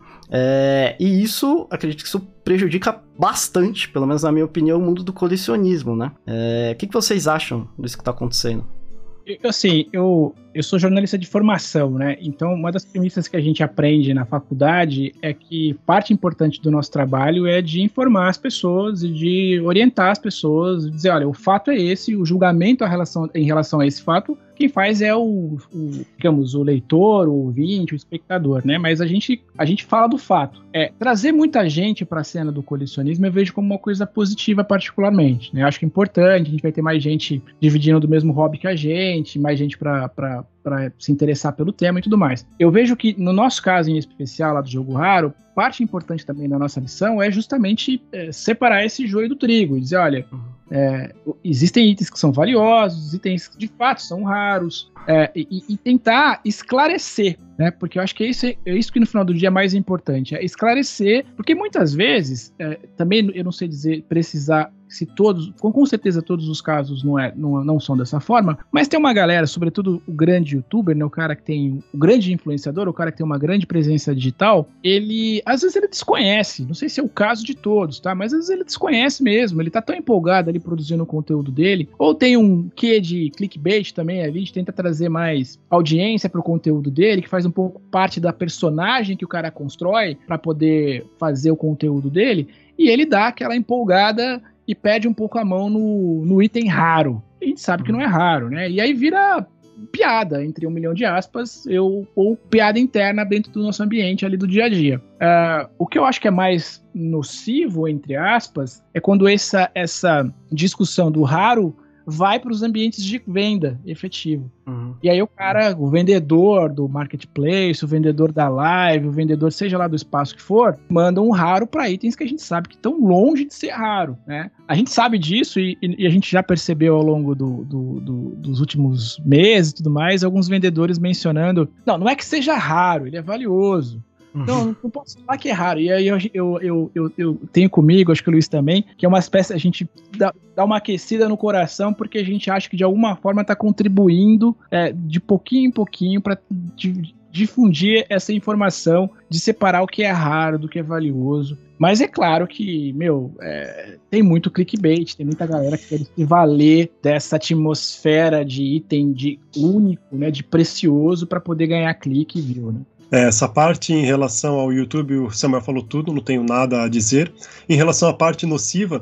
É, e isso, acredito que isso prejudica bastante, pelo menos na minha opinião, o mundo do colecionismo, né? É, o que, que vocês acham disso que tá acontecendo? Eu, assim, eu, eu sou jornalista de formação, né? Então, uma das premissas que a gente aprende na faculdade é que parte importante do nosso trabalho é de informar as pessoas e de orientar as pessoas, dizer, olha, o fato é esse, o julgamento a relação, em relação a esse fato, quem faz é o, o, digamos, o leitor, o ouvinte, o espectador, né? Mas a gente, a gente fala do fato. É, trazer muita gente para a cena do colecionismo eu vejo como uma coisa positiva particularmente, né? Eu acho que é importante, a gente vai ter mais gente dividindo do mesmo hobby que a gente, mais gente para para se interessar pelo tema e tudo mais. Eu vejo que, no nosso caso em especial, lá do Jogo Raro, parte importante também da nossa missão é justamente é, separar esse joio do trigo e dizer, olha, é, existem itens que são valiosos, itens que de fato são raros, é, e, e tentar esclarecer, né? Porque eu acho que é isso, é isso que no final do dia é mais importante, é esclarecer, porque muitas vezes, é, também eu não sei dizer, precisar se todos, com, com certeza todos os casos não, é, não, não são dessa forma, mas tem uma galera, sobretudo o grande youtuber, né, o cara que tem, o grande influenciador, o cara que tem uma grande presença digital, ele, às vezes ele desconhece, não sei se é o caso de todos, tá, mas às vezes ele desconhece mesmo, ele tá tão empolgado ali produzindo o conteúdo dele, ou tem um quê de clickbait também ali, de tenta trazer mais audiência pro conteúdo dele, que faz um pouco parte da personagem que o cara constrói para poder fazer o conteúdo dele, e ele dá aquela empolgada e perde um pouco a mão no, no item raro. A gente sabe que não é raro, né? E aí vira piada, entre um milhão de aspas, eu, ou piada interna dentro do nosso ambiente ali do dia a dia. Uh, o que eu acho que é mais nocivo, entre aspas, é quando essa, essa discussão do raro vai para os ambientes de venda efetivo. Uhum. E aí o cara, o vendedor do marketplace, o vendedor da live, o vendedor seja lá do espaço que for, manda um raro para itens que a gente sabe que estão longe de ser raro, né? A gente sabe disso e, e a gente já percebeu ao longo do, do, do, dos últimos meses e tudo mais, alguns vendedores mencionando, não, não é que seja raro, ele é valioso. Não, não posso falar que é raro. E aí eu, eu, eu, eu, eu tenho comigo, acho que o Luiz também, que é uma espécie, a gente dá, dá uma aquecida no coração porque a gente acha que de alguma forma está contribuindo é, de pouquinho em pouquinho para difundir essa informação, de separar o que é raro do que é valioso. Mas é claro que, meu, é, tem muito clickbait, tem muita galera que quer se valer dessa atmosfera de item de único, né, de precioso para poder ganhar clique e view, né? Essa parte em relação ao YouTube, o Samuel falou tudo, não tenho nada a dizer. Em relação à parte nociva,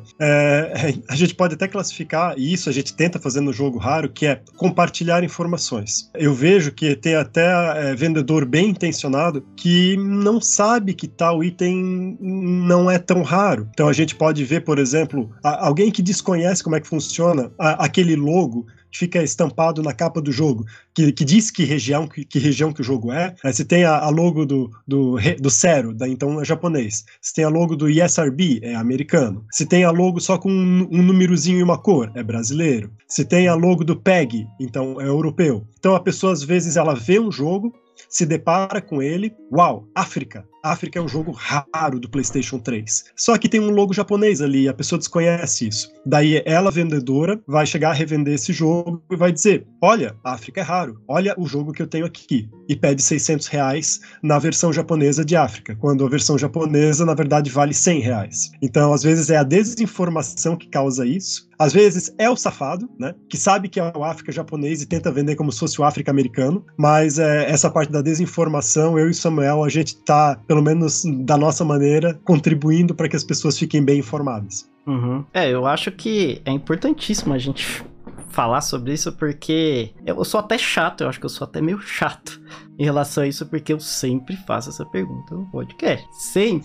é, a gente pode até classificar, e isso a gente tenta fazer no Jogo Raro, que é compartilhar informações. Eu vejo que tem até é, vendedor bem intencionado que não sabe que tal item não é tão raro. Então a gente pode ver, por exemplo, a, alguém que desconhece como é que funciona a, aquele logo fica estampado na capa do jogo, que, que diz que região que, que região que o jogo é. Aí você tem a, a logo do, do, do Zero, da, então é japonês. Você tem a logo do E S R B, é americano. Você tem a logo só com um, um númerozinho e uma cor, é brasileiro. Você tem a logo do P E G, então é europeu. Então a pessoa, às vezes, ela vê um jogo, se depara com ele, uau, África. África é um jogo raro do PlayStation três. Só que tem um logo japonês ali, a pessoa desconhece isso. Daí ela, vendedora, vai chegar a revender esse jogo e vai dizer, olha, África é raro, olha o jogo que eu tenho aqui. E pede seiscentos reais na versão japonesa de África, quando a versão japonesa, na verdade, vale cem reais. Então, às vezes, é a desinformação que causa isso. Às vezes é o safado, né, que sabe que é o África japonês e tenta vender como se fosse o África americano, mas é, essa parte da desinformação, eu e o Samuel, a gente tá, pelo menos da nossa maneira, contribuindo para que as pessoas fiquem bem informadas. Uhum. É, eu acho que é importantíssimo a gente falar sobre isso, porque eu sou até chato, eu acho que eu sou até meio chato em relação a isso, porque eu sempre faço essa pergunta no podcast, sempre.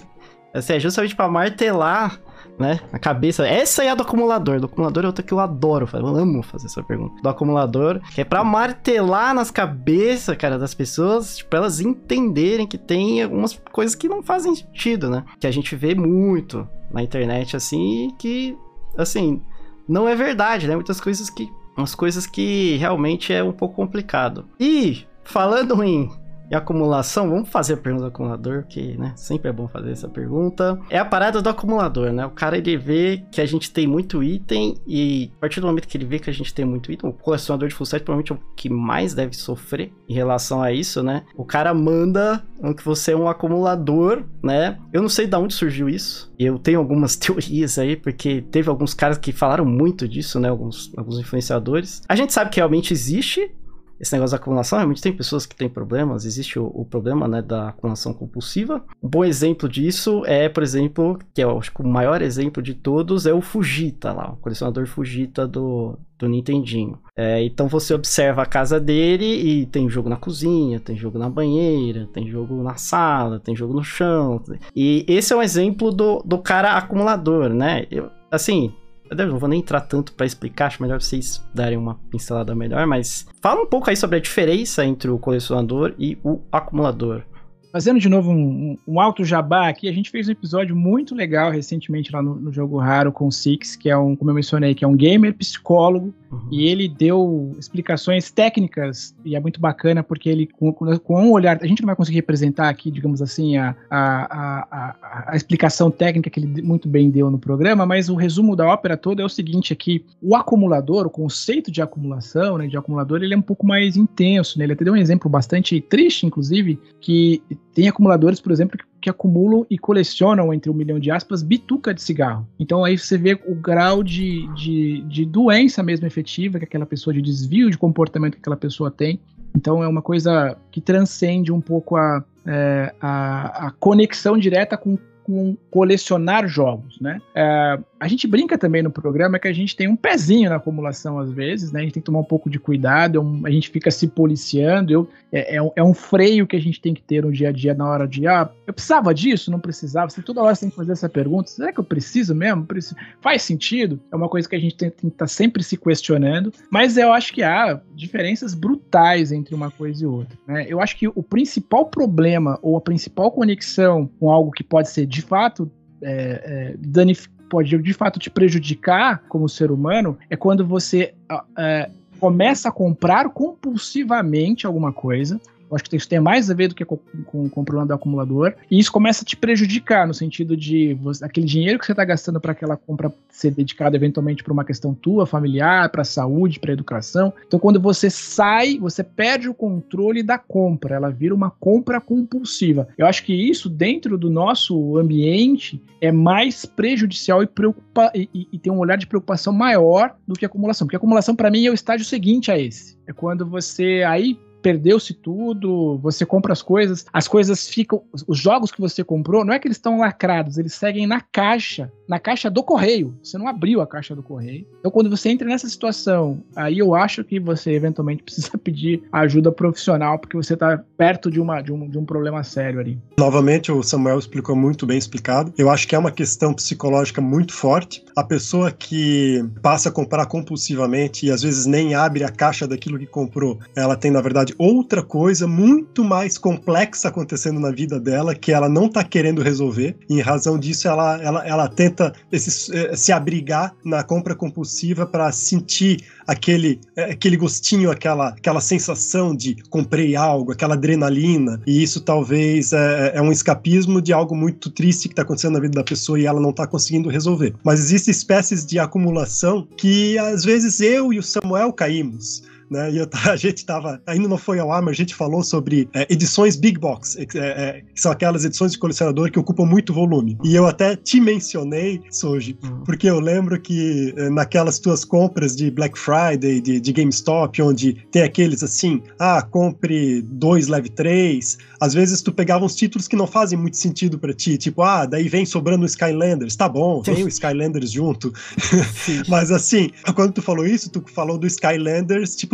Assim, é justamente pra martelar, né, a cabeça. Essa é a do acumulador. Do acumulador é outra que eu adoro fazer. Eu amo fazer essa pergunta. Do acumulador, que é pra martelar nas cabeças, cara, das pessoas, tipo, pra elas entenderem que tem algumas coisas que não fazem sentido, né? Que a gente vê muito na internet, assim, que, assim, não é verdade, né? Muitas coisas que... Umas coisas que realmente é um pouco complicado. E, falando em... E acumulação, vamos fazer a pergunta do acumulador, que, né, sempre é bom fazer essa pergunta. É a parada do acumulador, né? O cara, ele vê que a gente tem muito item e a partir do momento que ele vê que a gente tem muito item, o colecionador de full set provavelmente é o que mais deve sofrer em relação a isso, né? O cara manda que você é um acumulador, né? Eu não sei de onde surgiu isso. Eu tenho algumas teorias aí, porque teve alguns caras que falaram muito disso, né? Alguns, alguns influenciadores. A gente sabe que realmente existe esse negócio da acumulação, realmente tem pessoas que têm problemas, existe o, o problema, né, da acumulação compulsiva. Um bom exemplo disso é, por exemplo, que eu acho que o maior exemplo de todos é o Fujita lá, o colecionador Fujita do, do Nintendinho. É, então você observa a casa dele e tem jogo na cozinha, tem jogo na banheira, tem jogo na sala, tem jogo no chão. E esse é um exemplo do, do cara acumulador, né? Eu, assim... Eu não vou nem entrar tanto pra explicar, acho melhor vocês darem uma pincelada melhor, mas fala um pouco aí sobre a diferença entre o colecionador e o acumulador. Fazendo de novo um, um alto jabá aqui, a gente fez um episódio muito legal recentemente lá no, no Jogo Raro com o Six, que é um, como eu mencionei, que é um gamer psicólogo, uhum. E ele deu explicações técnicas, e é muito bacana porque ele, com, com um olhar, a gente não vai conseguir representar aqui, digamos assim, a, a, a, a explicação técnica que ele muito bem deu no programa, mas o resumo da ópera toda é o seguinte aqui, o acumulador, o conceito de acumulação, né, de acumulador, ele é um pouco mais intenso, né, ele até deu um exemplo bastante triste, inclusive, que tem acumuladores, por exemplo, que, que acumulam e colecionam, entre um milhão de aspas, bituca de cigarro. Então aí você vê o grau de, de, de doença mesmo efetiva que aquela pessoa, de desvio de comportamento que aquela pessoa tem. Então é uma coisa que transcende um pouco a, é, a, a conexão direta com, com colecionar jogos, né? É, a gente brinca também no programa que a gente tem um pezinho na acumulação às vezes, né? A gente tem que tomar um pouco de cuidado, é um, a gente fica se policiando, eu, é, é, um, é um freio que a gente tem que ter no dia a dia na hora de, ah, eu precisava disso, não precisava, você toda hora você tem que fazer essa pergunta, será que eu preciso mesmo? Preciso? Faz sentido? É uma coisa que a gente tem, tem que estar sempre se questionando, mas eu acho que há diferenças brutais entre uma coisa e outra, né? Eu acho que o principal problema ou a principal conexão com algo que pode ser de fato é, é, danificado, pode de fato te prejudicar como ser humano, é quando você é, começa a comprar compulsivamente alguma coisa. Eu acho que isso tem mais a ver do que com, com, com o problema do acumulador. E isso começa a te prejudicar, no sentido de você, aquele dinheiro que você está gastando para aquela compra ser dedicado eventualmente para uma questão tua, familiar, para a saúde, para a educação. Então, quando você sai, você perde o controle da compra. Ela vira uma compra compulsiva. Eu acho que isso, dentro do nosso ambiente, é mais prejudicial e, preocupa, e, e, e tem um olhar de preocupação maior do que a acumulação. Porque a acumulação, para mim, é o estágio seguinte a esse. É quando você aí perdeu-se tudo, você compra as coisas, as coisas ficam, os jogos que você comprou, não é que eles estão lacrados, eles seguem na caixa, na caixa do correio, você não abriu a caixa do correio. Então quando você entra nessa situação, aí eu acho que você eventualmente precisa pedir ajuda profissional, porque você está perto de, uma, de, um, de um problema sério ali. Novamente, o Samuel explicou muito bem explicado. Eu acho que é uma questão psicológica muito forte. A pessoa que passa a comprar compulsivamente e às vezes nem abre a caixa daquilo que comprou, ela tem, na verdade, outra coisa muito mais complexa acontecendo na vida dela, que ela não está querendo resolver, e em razão disso ela, ela, ela tenta esse, se abrigar na compra compulsiva para sentir aquele, aquele gostinho, aquela, aquela sensação de comprei algo, aquela adrenalina, e isso talvez é, é um escapismo de algo muito triste que está acontecendo na vida da pessoa e ela não está conseguindo resolver. Mas existem espécies de acumulação que às vezes eu e o Samuel caímos. Né? E eu, a gente estava, ainda não foi ao ar, mas a gente falou sobre é, edições Big Box, é, é, que são aquelas edições de colecionador que ocupam muito volume. E eu até te mencionei, Soji, uhum. porque eu lembro que é, naquelas tuas compras de Black Friday, de, de GameStop, onde tem aqueles assim, ah, compre dois, leve três, às vezes tu pegava uns títulos que não fazem muito sentido pra ti, tipo, ah, daí vem sobrando o Skylanders, tá bom, vem o Skylanders junto. Mas assim, quando tu falou isso, tu falou do Skylanders, tipo,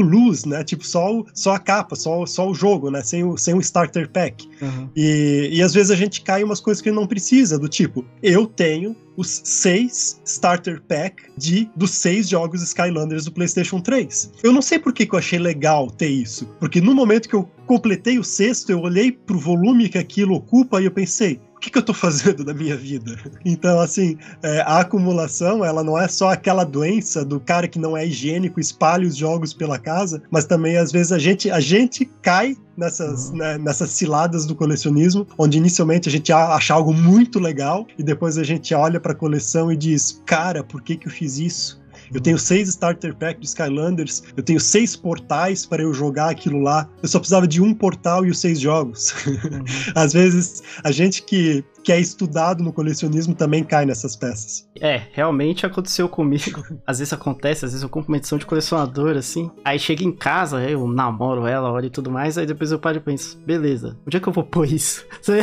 loose, né? Tipo, só, o, só a capa, só, só o jogo, né? Sem o, sem o starter pack. Uhum. E, e às vezes a gente cai em umas coisas que não precisa, do tipo, eu tenho os seis starter pack de, dos seis jogos Skylanders do PlayStation três. Eu não sei por que, que eu achei legal ter isso, porque no momento que eu completei o sexto, eu olhei pro volume que aquilo ocupa e eu pensei, o que, que eu tô fazendo da minha vida? Então, assim, é, a acumulação, ela não é só aquela doença do cara que não é higiênico, espalha os jogos pela casa, mas também, às vezes, a gente, a gente cai nessas, uhum. né, nessas ciladas do colecionismo, onde inicialmente a gente acha algo muito legal e depois a gente olha pra coleção e diz, cara, por que que eu fiz isso? Eu tenho seis starter pack de Skylanders, eu tenho seis portais para eu jogar aquilo lá, eu só precisava de um portal e os seis jogos. Uhum. Às vezes, a gente que, que é estudado no colecionismo também cai nessas peças. É, realmente aconteceu comigo. Às vezes acontece, às vezes eu compro uma edição de colecionador, assim, aí chega em casa, eu namoro ela, olho e tudo mais, aí depois eu paro e penso, beleza, onde é que eu vou pôr isso?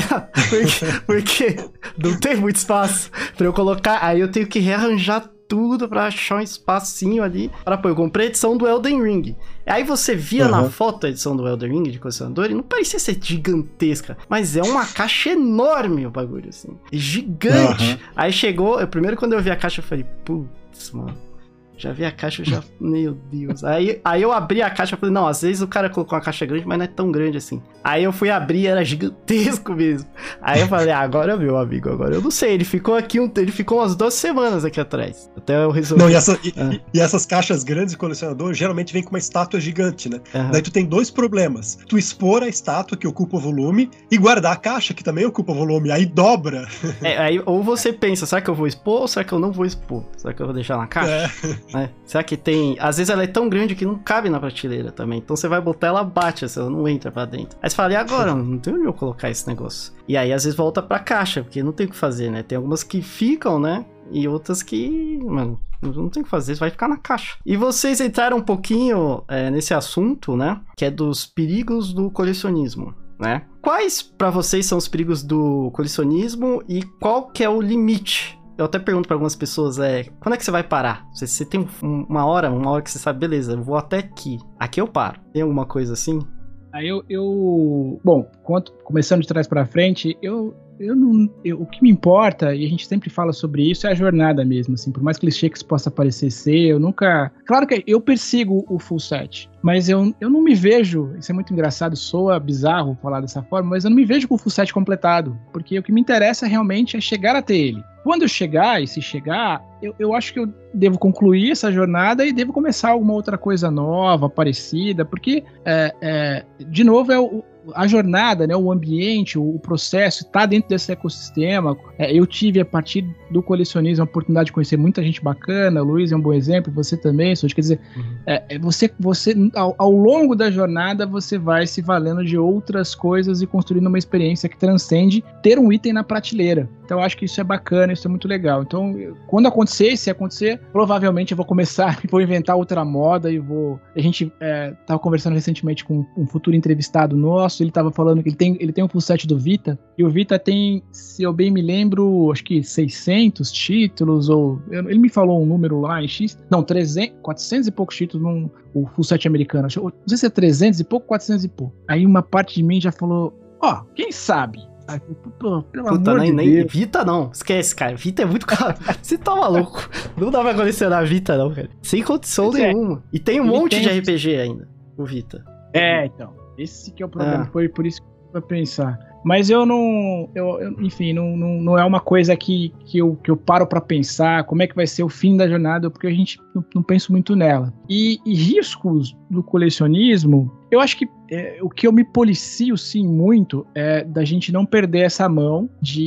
Porque, porque não tem muito espaço pra eu colocar, aí eu tenho que rearranjar tudo pra achar um espacinho ali para pôr. Eu comprei a edição do Elden Ring. Aí você via uhum. na foto a edição do Elden Ring de colecionador e não parecia ser gigantesca, mas é uma caixa enorme o bagulho, assim. Gigante. Uhum. Aí chegou, eu, primeiro quando eu vi a caixa eu falei, putz, mano. Já vi a caixa, eu já... Meu Deus. Aí, aí eu abri a caixa e falei, não, às vezes o cara colocou uma caixa grande, mas não é tão grande assim. Aí eu fui abrir, era gigantesco mesmo. Aí eu falei, ah, agora, meu amigo, agora eu não sei. Ele ficou aqui, um, ele ficou umas duas semanas aqui atrás. Até eu resolvi. Não, e, essa, e, ah. e essas caixas grandes de colecionador geralmente vem com uma estátua gigante, né? Uhum. Daí tu tem dois problemas. Tu expor a estátua, que ocupa o volume, e guardar a caixa, que também ocupa o volume. Aí dobra. É, aí, ou você pensa, será que eu vou expor ou será que eu não vou expor? Será que eu vou deixar na caixa? É. É. Será que tem... Às vezes ela é tão grande que não cabe na prateleira também. Então você vai botar, ela bate, assim, ela não entra pra dentro. Aí você fala, e agora? Não tem onde eu colocar esse negócio. E aí às vezes volta pra caixa, porque não tem o que fazer, né? Tem algumas que ficam, né? E outras que... Mano, não tem o que fazer, vai ficar na caixa. E vocês entraram um pouquinho é, nesse assunto, né? Que é dos perigos do colecionismo, né? Quais pra vocês são os perigos do colecionismo e qual que é o limite? Eu até pergunto pra algumas pessoas, é, quando é que você vai parar? Você, você tem um, uma hora, uma hora que você sabe, beleza, eu vou até aqui. Aqui eu paro. Tem alguma coisa assim? Aí eu, eu bom, quanto, começando de trás pra frente, eu, eu não, eu, o que me importa, e a gente sempre fala sobre isso, é a jornada mesmo, assim, por mais clichê que isso possa parecer ser, eu nunca... Claro que eu persigo o full set, mas eu, eu não me vejo, isso é muito engraçado, soa bizarro falar dessa forma, mas eu não me vejo com o full set completado, porque o que me interessa realmente é chegar até ele. Quando eu chegar, e se chegar, eu, eu acho que eu devo concluir essa jornada e devo começar alguma outra coisa nova, parecida, porque, é, é, de novo, é o, a jornada, né, o ambiente, o, o processo, está dentro desse ecossistema. É, eu tive, a partir do colecionismo, a oportunidade de conhecer muita gente bacana, o Luiz é um bom exemplo, você também, Soji, quer dizer, uhum. é, você, você ao, ao longo da jornada, você vai se valendo de outras coisas e construindo uma experiência que transcende ter um item na prateleira. Então, eu acho que isso é bacana, isso é muito legal. Então, quando acontecer, se acontecer, provavelmente eu vou começar, vou inventar outra moda e vou... A gente estava é, conversando recentemente com um futuro entrevistado nosso, ele estava falando que ele tem, ele tem um full set do Vita, e o Vita tem, se eu bem me lembro, acho que seiscentos títulos, ou... Ele me falou um número lá em X... Não, trezentos, quatrocentos e poucos títulos num o full set americano. Não sei se é trezentos e pouco, quatrocentos e pouco. Aí uma parte de mim já falou, ó, oh, quem sabe... Ai, pô, pelo Puta, amor nem, de nem Deus. Vita não, esquece, cara. Vita é muito caro. Você tá maluco. Não dá pra colecionar Vita, não, cara. Sem condição pois nenhuma. É. E tem um Ele monte tem... de R P G ainda, o Vita. É, então. Esse que é o problema. Ah. Foi por isso que eu vou pensar. Mas eu não... Eu, eu, enfim, não, não, não é uma coisa que, que, eu, que eu paro pra pensar como é que vai ser o fim da jornada, porque a gente não, não pensa muito nela. E, e riscos do colecionismo, eu acho que é, o que eu me policio, sim, muito, é da gente não perder essa mão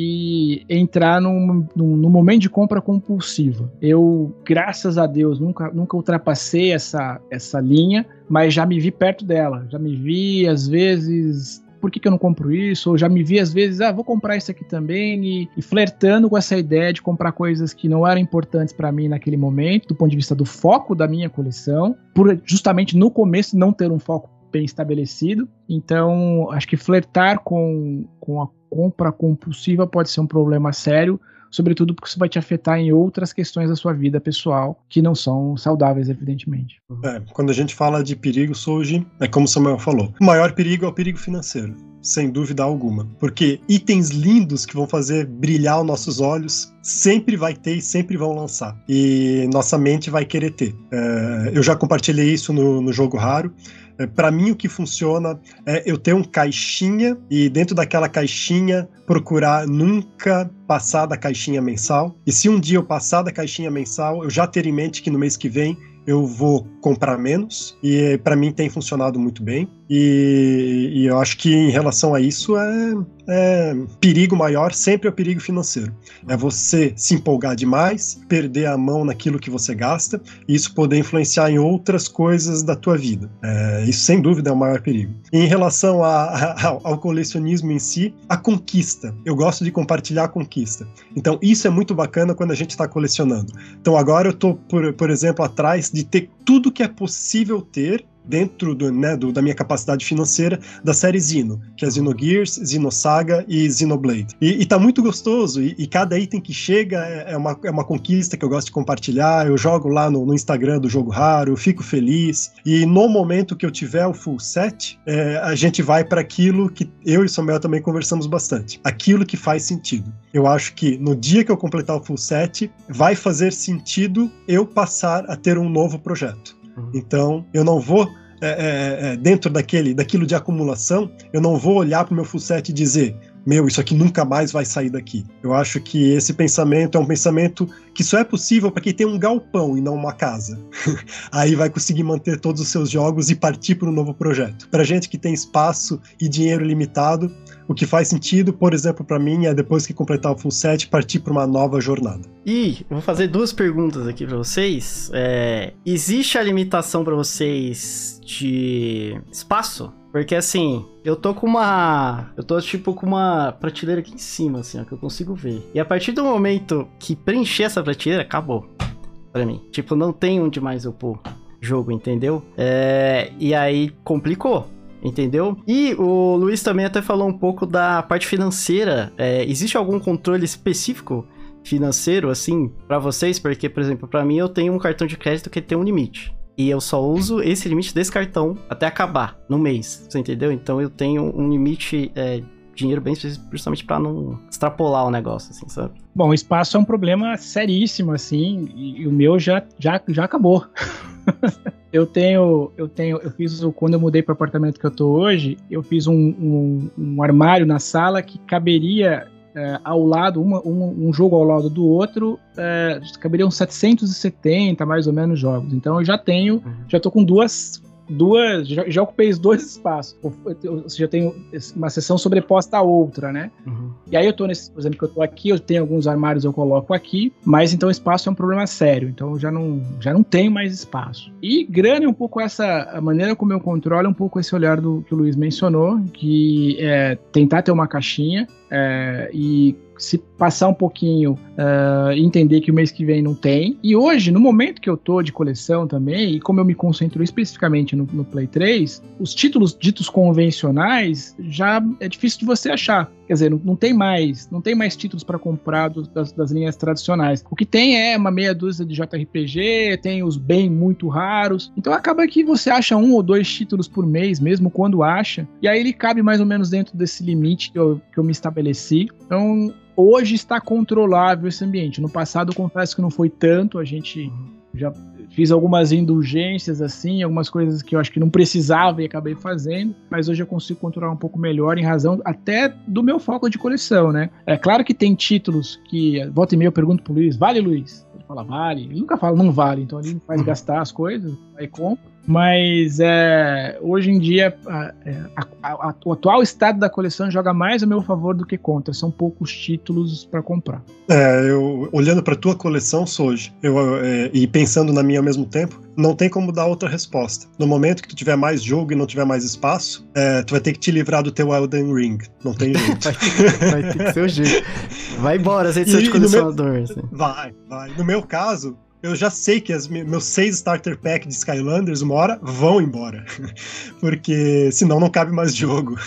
de entrar num, num, num momento de compra compulsiva. Eu, graças a Deus, nunca, nunca ultrapassei essa, essa linha, mas já me vi perto dela. Já me vi, às vezes... Por que, que eu não compro isso? Ou já me vi às vezes, ah, vou comprar isso aqui também, e, e flertando com essa ideia de comprar coisas que não eram importantes para mim naquele momento, do ponto de vista do foco da minha coleção, por justamente no começo não ter um foco bem estabelecido. Então, acho que flertar com, com a compra compulsiva pode ser um problema sério, sobretudo porque isso vai te afetar em outras questões da sua vida pessoal que não são saudáveis, evidentemente. É, quando a gente fala de perigo, Souji, é como o Samuel falou, o maior perigo é o perigo financeiro, sem dúvida alguma, porque itens lindos que vão fazer brilhar os nossos olhos sempre vai ter e sempre vão lançar, e nossa mente vai querer ter. É, eu já compartilhei isso no, no Jogo Raro. É, para mim o que funciona é eu ter um caixinha e dentro daquela caixinha procurar nunca passar da caixinha mensal, e se um dia eu passar da caixinha mensal, eu já ter em mente que no mês que vem eu vou comprar menos, e para mim tem funcionado muito bem, e, e eu acho que em relação a isso é, é perigo maior, sempre é o perigo financeiro, é você se empolgar demais, perder a mão naquilo que você gasta, e isso poder influenciar em outras coisas da tua vida, é, isso sem dúvida é o maior perigo. E em relação a, a, ao colecionismo em si, a conquista, eu gosto de compartilhar a conquista, então isso é muito bacana quando a gente está colecionando. Então agora eu estou, por, por exemplo, atrás de ter tudo que é possível ter dentro do, né, do, da minha capacidade financeira da série Xeno, que é Xenogears, Xenosaga e Xenoblade. E, e tá muito gostoso, e, e cada item que chega é, é, uma, é uma conquista que eu gosto de compartilhar, eu jogo lá no, no Instagram do Jogo Raro, eu fico feliz, e no momento que eu tiver o full set, é, a gente vai para aquilo que eu e o Samuel também conversamos bastante, aquilo que faz sentido. Eu acho que no dia que eu completar o full set, vai fazer sentido eu passar a ter um novo projeto. Então, eu não vou, é, é, dentro daquele, daquilo de acumulação, eu não vou olhar para o meu full set e dizer, meu, isso aqui nunca mais vai sair daqui. Eu acho que esse pensamento é um pensamento que só é possível para quem tem um galpão e não uma casa. Aí vai conseguir manter todos os seus jogos e partir para um novo projeto. Para gente que tem espaço e dinheiro limitado, o que faz sentido, por exemplo, para mim, é depois que completar o full set, partir para uma nova jornada. E eu vou fazer duas perguntas aqui para vocês. É, existe a limitação para vocês de espaço? Porque assim, eu tô com uma... Eu tô tipo com uma prateleira aqui em cima, assim, ó, que eu consigo ver. E a partir do momento que preencher essa prateleira, acabou pra mim. Tipo, não tem onde mais eu pôr jogo, entendeu? É, e aí complicou. Entendeu? E o Luiz também até falou um pouco da parte financeira. É, existe algum controle específico financeiro, assim, pra vocês? Porque, por exemplo, pra mim eu tenho um cartão de crédito que tem um limite. E eu só uso esse limite desse cartão até acabar no mês, você entendeu? Então eu tenho um limite é, dinheiro bem específico, justamente pra não extrapolar o negócio, assim, sabe? Bom, o espaço é um problema seríssimo, assim, e, e o meu já, já, já acabou. Eu tenho, eu tenho, eu fiz, quando eu mudei para o apartamento que eu tô hoje, eu fiz um, um, um armário na sala que caberia é, ao lado, uma, um, um jogo ao lado do outro, é, caberiam setecentos e setenta mais ou menos jogos. Então eu já tenho, já tô com duas, duas, já, já ocupei os dois espaços. Ou seja, eu tenho uma seção sobreposta à outra, né? Uhum. E aí eu tô nesse, por exemplo, que eu tô aqui, eu tenho alguns armários, eu coloco aqui, mas então o espaço é um problema sério, então eu já não, já não tenho mais espaço. E grana é um pouco essa, a maneira como eu controlo é um pouco esse olhar do que o Luiz mencionou, que é tentar ter uma caixinha é, e se passar um pouquinho uh, e entender que o mês que vem não tem. E hoje, no momento que eu tô de coleção também, e como eu me concentro especificamente no, no Play três, os títulos ditos convencionais já é difícil de você achar. Quer dizer, não, não tem mais não tem mais títulos para comprar dos, das, das linhas tradicionais. O que tem é uma meia dúzia de J R P G, tem os bem muito raros. Então acaba que você acha um ou dois títulos por mês, mesmo quando acha. E aí ele cabe mais ou menos dentro desse limite que eu, que eu me estabeleci. Então, hoje está controlável esse ambiente. No passado, eu confesso que não foi tanto. A gente já fiz algumas indulgências, assim, algumas coisas que eu acho que não precisava e acabei fazendo. Mas hoje eu consigo controlar um pouco melhor em razão até do meu foco de coleção, né? É claro que tem títulos que, volta e meia eu pergunto pro Luiz, vale, Luiz? Ele fala, vale. Ele nunca fala, não vale. Então ele faz uhum. gastar as coisas, aí compra. Mas é, hoje em dia a, a, a, a, o atual estado da coleção joga mais a meu favor do que contra. São poucos títulos para comprar. É, eu, olhando para tua coleção, Souji, eu, é, e pensando na minha ao mesmo tempo, não tem como dar outra resposta. No momento que tu tiver mais jogo e não tiver mais espaço, é, tu vai ter que te livrar do teu Elden Ring. Não tem jeito. vai, vai ter que ser o jeito. Vai embora, as edições de colecionador. Meu, assim. Vai, vai. No meu caso, eu já sei que as, meus seis starter pack de Skylanders, uma hora, vão embora. Porque senão não cabe mais jogo.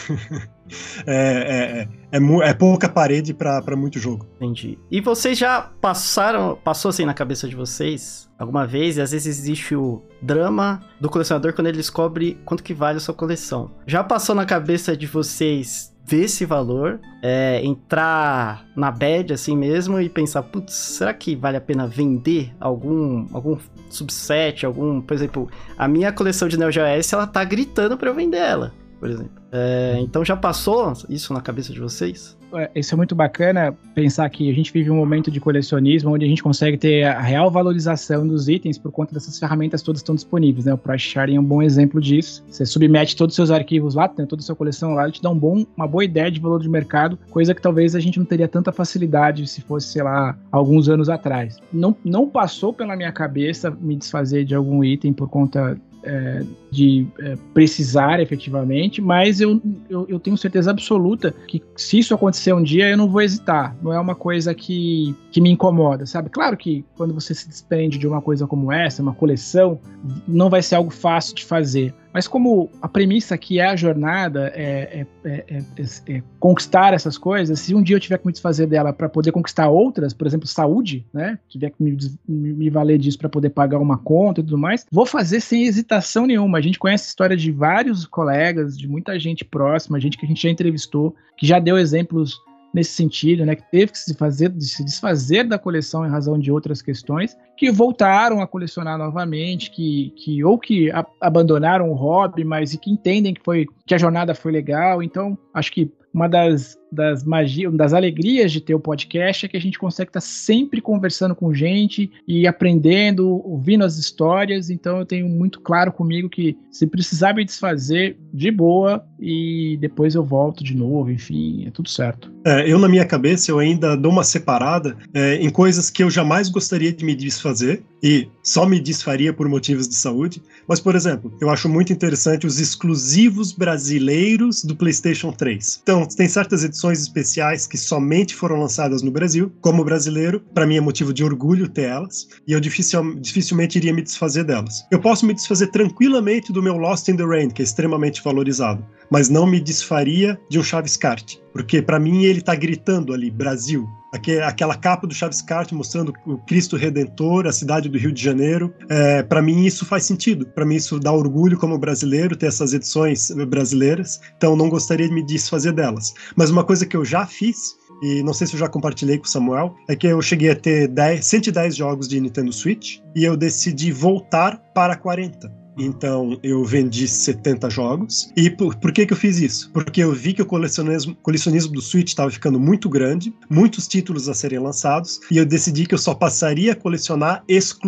É, é, é, é, é pouca parede pra, pra muito jogo. Entendi. E vocês já passaram, passou assim na cabeça de vocês alguma vez, e às vezes existe o drama do colecionador quando ele descobre quanto que vale a sua coleção. Já passou na cabeça de vocês ver esse valor, é, entrar na bad assim mesmo e pensar, putz, será que vale a pena vender algum, algum subset, algum, por exemplo, a minha coleção de Neo Geo S, ela tá gritando pra eu vender ela, por exemplo. É, então já passou isso na cabeça de vocês? Isso é muito bacana, pensar que a gente vive um momento de colecionismo onde a gente consegue ter a real valorização dos itens por conta dessas ferramentas todas que estão disponíveis, né? O Price Sharing é um bom exemplo disso. Você submete todos os seus arquivos lá, tem toda a sua coleção lá, ele te dá um bom, uma boa ideia de valor de mercado, coisa que talvez a gente não teria tanta facilidade se fosse, sei lá, alguns anos atrás. Não, não passou pela minha cabeça me desfazer de algum item por conta É, de é, precisar efetivamente, mas eu, eu, eu tenho certeza absoluta que se isso acontecer um dia, eu não vou hesitar. Não é uma coisa que, que me incomoda, sabe? Claro que quando você se desprende de uma coisa como essa, uma coleção, não vai ser algo fácil de fazer. Mas como a premissa aqui é a jornada, é, é, é, é, é conquistar essas coisas, se um dia eu tiver que me desfazer dela para poder conquistar outras, por exemplo, saúde, né? Tiver que me, me, me valer disso para poder pagar uma conta e tudo mais, vou fazer sem hesitação nenhuma. A gente conhece a história de vários colegas, de muita gente próxima, gente que a gente já entrevistou, que já deu exemplos nesse sentido, né, que teve que se, fazer, de se desfazer da coleção em razão de outras questões, que voltaram a colecionar novamente, que, que ou que a, abandonaram o hobby, mas e que entendem que, foi, que a jornada foi legal. Então, acho que uma das, das magias, das alegrias de ter o podcast é que a gente consegue estar sempre conversando com gente e aprendendo, ouvindo as histórias. Então eu tenho muito claro comigo que se precisar me desfazer, de boa, e depois eu volto de novo, enfim, é tudo certo. É, eu na minha cabeça eu ainda dou uma separada é, em coisas que eu jamais gostaria de me desfazer e só me desfaria por motivos de saúde. Mas, por exemplo, eu acho muito interessante os exclusivos brasileiros do PlayStation três. Então, tem certas edições especiais que somente foram lançadas no Brasil. Como brasileiro, para mim é motivo de orgulho ter elas, e eu dificil, dificilmente iria me desfazer delas. Eu posso me desfazer tranquilamente do meu Lost in the Rain, que é extremamente valorizado, mas não me desfaria de um Chaves Kart, porque para mim ele tá gritando ali, Brasil. Aquela capa do Chaves Kart mostrando o Cristo Redentor, a cidade do Rio de Janeiro, é, para mim isso faz sentido, para mim isso dá orgulho como brasileiro ter essas edições brasileiras, então não gostaria de me desfazer delas. Mas uma coisa que eu já fiz, e não sei se eu já compartilhei com o Samuel, é que eu cheguei a ter dez, cento e dez jogos de Nintendo Switch e eu decidi voltar para quarenta. Então eu vendi setenta jogos. E por, por que que eu fiz isso? Porque eu vi que o colecionismo, colecionismo do Switch estava ficando muito grande, muitos títulos a serem lançados, e eu decidi que eu só passaria a colecionar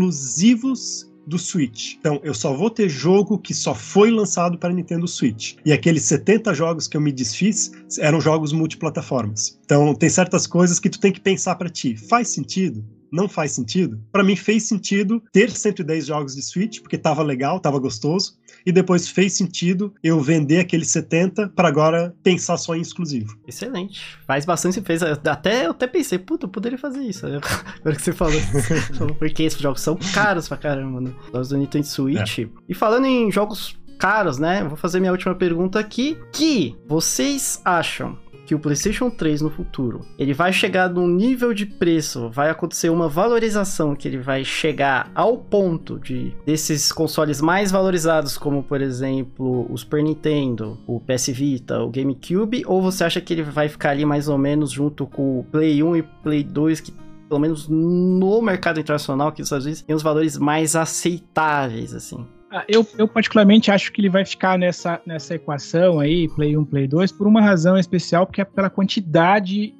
exclusivos do Switch. Então eu só vou ter jogo que só foi lançado para Nintendo Switch. E aqueles setenta jogos que eu me desfiz eram jogos multiplataformas. Então tem certas coisas que tu tem que pensar para ti. Faz sentido? Não faz sentido? Para mim fez sentido ter cento e dez jogos de Switch, porque tava legal, tava gostoso, e depois fez sentido eu vender aqueles setenta para agora pensar só em exclusivo. Excelente. Faz bastante, fez, até, eu até pensei, puta, eu poderia fazer isso, agora que você falou, porque esses jogos são caros pra caramba, né? Os do Nintendo Switch. É. E falando em jogos caros, né, eu vou fazer minha última pergunta aqui, que vocês acham que o PlayStation três no futuro, ele vai chegar num nível de preço, vai acontecer uma valorização que ele vai chegar ao ponto de desses consoles mais valorizados, como por exemplo o Super Nintendo, o P S Vita, o GameCube, ou você acha que ele vai ficar ali mais ou menos junto com o Play um e Play dois, que pelo menos no mercado internacional aqui nos Estados Unidos tem os valores mais aceitáveis, assim? Ah, eu, eu particularmente acho que ele vai ficar nessa, nessa equação aí, Play um, Play dois, por uma razão especial, porque é pela quantidade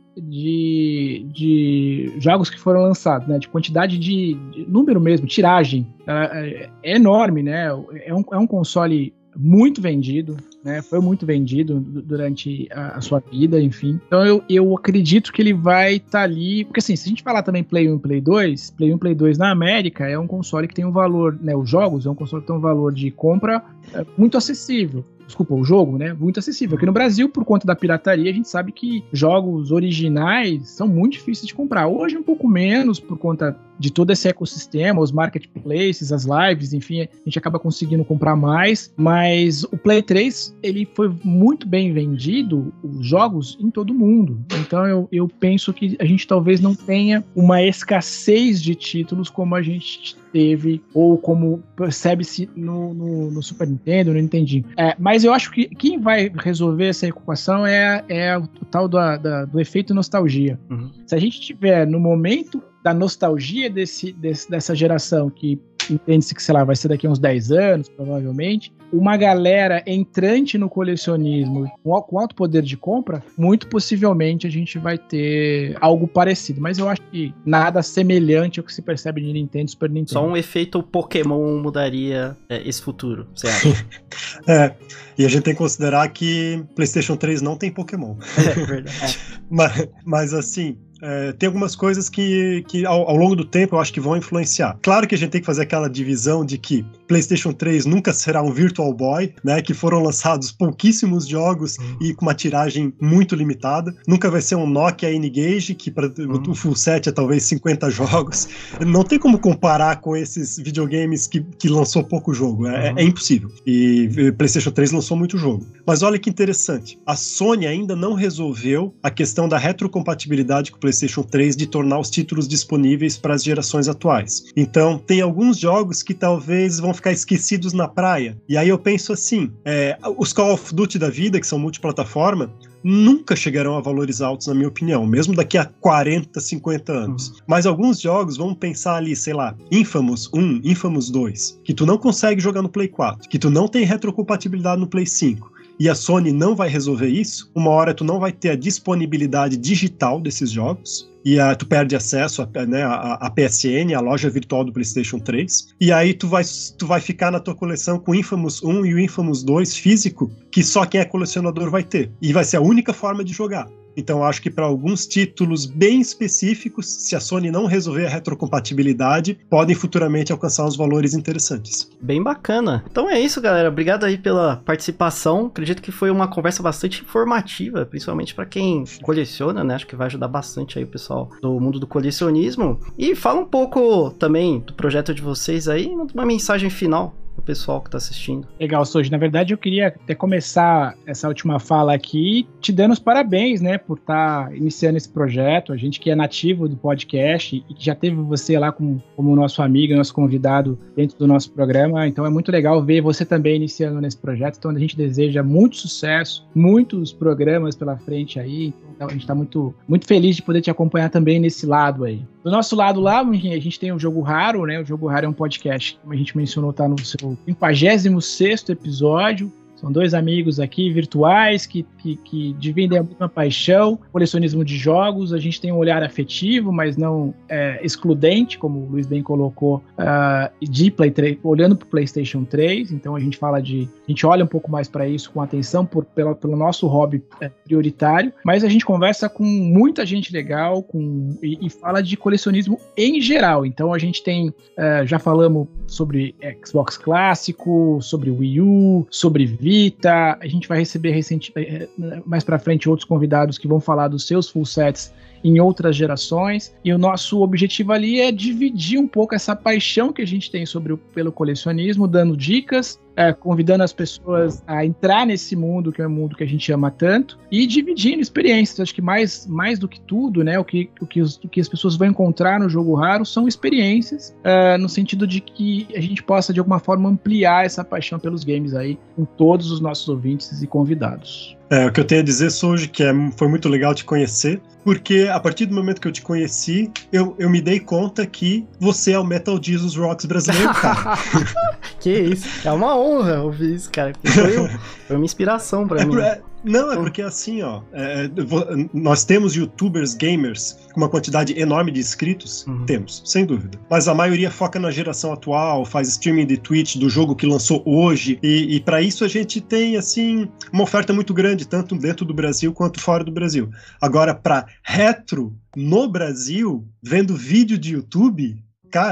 de, de jogos que foram lançados, né? De quantidade de, de número mesmo, tiragem. É, é enorme, né? É um, é um console muito vendido, né? Foi muito vendido durante a, a sua vida, enfim. Então eu, eu acredito que ele vai estar tá ali, porque assim, se a gente falar também Play um e Play dois, Play um e Play dois na América é um console que tem um valor, né? Os jogos é um console que tem um valor de compra é, muito acessível. desculpa, o jogo, né, muito acessível. Aqui no Brasil, por conta da pirataria, a gente sabe que jogos originais são muito difíceis de comprar. Hoje um pouco menos, por conta de todo esse ecossistema, os marketplaces, as lives, enfim, a gente acaba conseguindo comprar mais, mas o Play três, ele foi muito bem vendido, os jogos, em todo o mundo. Então eu, eu penso que a gente talvez não tenha uma escassez de títulos como a gente teve, ou como percebe-se no, no, no Super Nintendo, no Nintendinho. É, mas eu acho que quem vai resolver essa equação é, é o, o tal do, da, do efeito nostalgia. Uhum. Se a gente tiver no momento da nostalgia desse, desse, dessa geração, que entende-se que, sei lá, vai ser daqui a uns dez anos, provavelmente, uma galera entrante no colecionismo com alto poder de compra, muito possivelmente a gente vai ter algo parecido. Mas eu acho que nada semelhante ao que se percebe de Nintendo e Super Nintendo. Só um efeito Pokémon mudaria é, esse futuro, você acha? É, e a gente tem que considerar que PlayStation três não tem Pokémon. É verdade. mas, mas assim... É, tem algumas coisas que, que ao, ao longo do tempo eu acho que vão influenciar. Claro que a gente tem que fazer aquela divisão de que PlayStation três nunca será um Virtual Boy, né, que foram lançados pouquíssimos jogos uhum. e com uma tiragem muito limitada. Nunca vai ser um Nokia N-Gage, que para uhum. o full set é talvez cinquenta jogos. Não tem como comparar com esses videogames que, que lançou pouco jogo. É, uhum. é impossível. E PlayStation três lançou muito jogo. Mas olha que interessante. A Sony ainda não resolveu a questão da retrocompatibilidade com o PlayStation três de tornar os títulos disponíveis para as gerações atuais. Então, tem alguns jogos que talvez vão ficar esquecidos na praia. E aí eu penso assim, é, os Call of Duty da vida, que são multiplataforma, nunca chegarão a valores altos, na minha opinião, mesmo daqui a quarenta, cinquenta anos. Uhum. Mas alguns jogos, vamos pensar ali, sei lá, Infamous um, Infamous dois, que tu não consegue jogar no Play quatro, que tu não tem retrocompatibilidade no Play cinco, e a Sony não vai resolver isso, uma hora tu não vai ter a disponibilidade digital desses jogos, e a, tu perde acesso a, né, a, a P S N, a loja virtual do PlayStation três, e aí tu vai, tu vai ficar na tua coleção com o Infamous um e o Infamous dois físico, que só quem é colecionador vai ter, e vai ser a única forma de jogar. Então acho que para alguns títulos bem específicos, se a Sony não resolver a retrocompatibilidade, podem futuramente alcançar uns valores interessantes. Bem bacana. Então é isso, galera. Obrigado aí pela participação. Acredito que foi uma conversa bastante informativa, principalmente para quem coleciona, né? Acho que vai ajudar bastante aí o pessoal do mundo do colecionismo. E fala um pouco também do projeto de vocês aí, uma mensagem final o pessoal que está assistindo. Legal, Soji. Na verdade, eu queria até começar essa última fala aqui te dando os parabéns, né, por estar tá iniciando esse projeto. A gente que é nativo do podcast e que já teve você lá como, como nosso amigo, nosso convidado dentro do nosso programa. Então é muito legal ver você também iniciando nesse projeto. Então a gente deseja muito sucesso, muitos programas pela frente aí. Então a gente está muito, muito feliz de poder te acompanhar também nesse lado aí. Do nosso lado lá, a gente tem o Jogo Raro, né? O Jogo Raro é um podcast, como a gente mencionou, tá no seu quinquagésimo sexto episódio. São dois amigos aqui virtuais que, que, que dividem a mesma paixão, colecionismo de jogos. A gente tem um olhar afetivo, mas não é, excludente, como o Luiz bem colocou, uh, de Play três, olhando para o PlayStation três. Então a gente fala de, a gente olha um pouco mais para isso com atenção por, pela, pelo nosso hobby é, prioritário. Mas a gente conversa com muita gente legal com, e, e fala de colecionismo em geral. Então a gente tem, uh, já falamos sobre Xbox clássico, sobre Wii U, sobre Vita. A gente vai receber recente, mais pra frente outros convidados que vão falar dos seus full sets em outras gerações, e o nosso objetivo ali é dividir um pouco essa paixão que a gente tem sobre o, pelo colecionismo, dando dicas, é, convidando as pessoas a entrar nesse mundo, que é um mundo que a gente ama tanto, e dividindo experiências. Acho que mais, mais do que tudo, né, o que, o, que os, o que as pessoas vão encontrar no Jogo Raro são experiências, uh, no sentido de que a gente possa, de alguma forma, ampliar essa paixão pelos games aí, com todos os nossos ouvintes e convidados. É, o que eu tenho a dizer, Soji, que é, foi muito legal te conhecer, porque a partir do momento que eu te conheci, eu, eu me dei conta que você é o Metal Jesus Rocks brasileiro, cara. Que isso, é uma honra ouvir isso, cara. Foi, foi uma inspiração pra é, mim. É, não, é porque assim, ó, é, nós temos youtubers, gamers, com uma quantidade enorme de inscritos, uhum. Temos, sem dúvida. Mas a maioria foca na geração atual, faz streaming de Twitch do jogo que lançou hoje, e, e para isso a gente tem, assim, uma oferta muito grande, tanto dentro do Brasil quanto fora do Brasil. Agora, para retro no Brasil, vendo vídeo de YouTube, cara,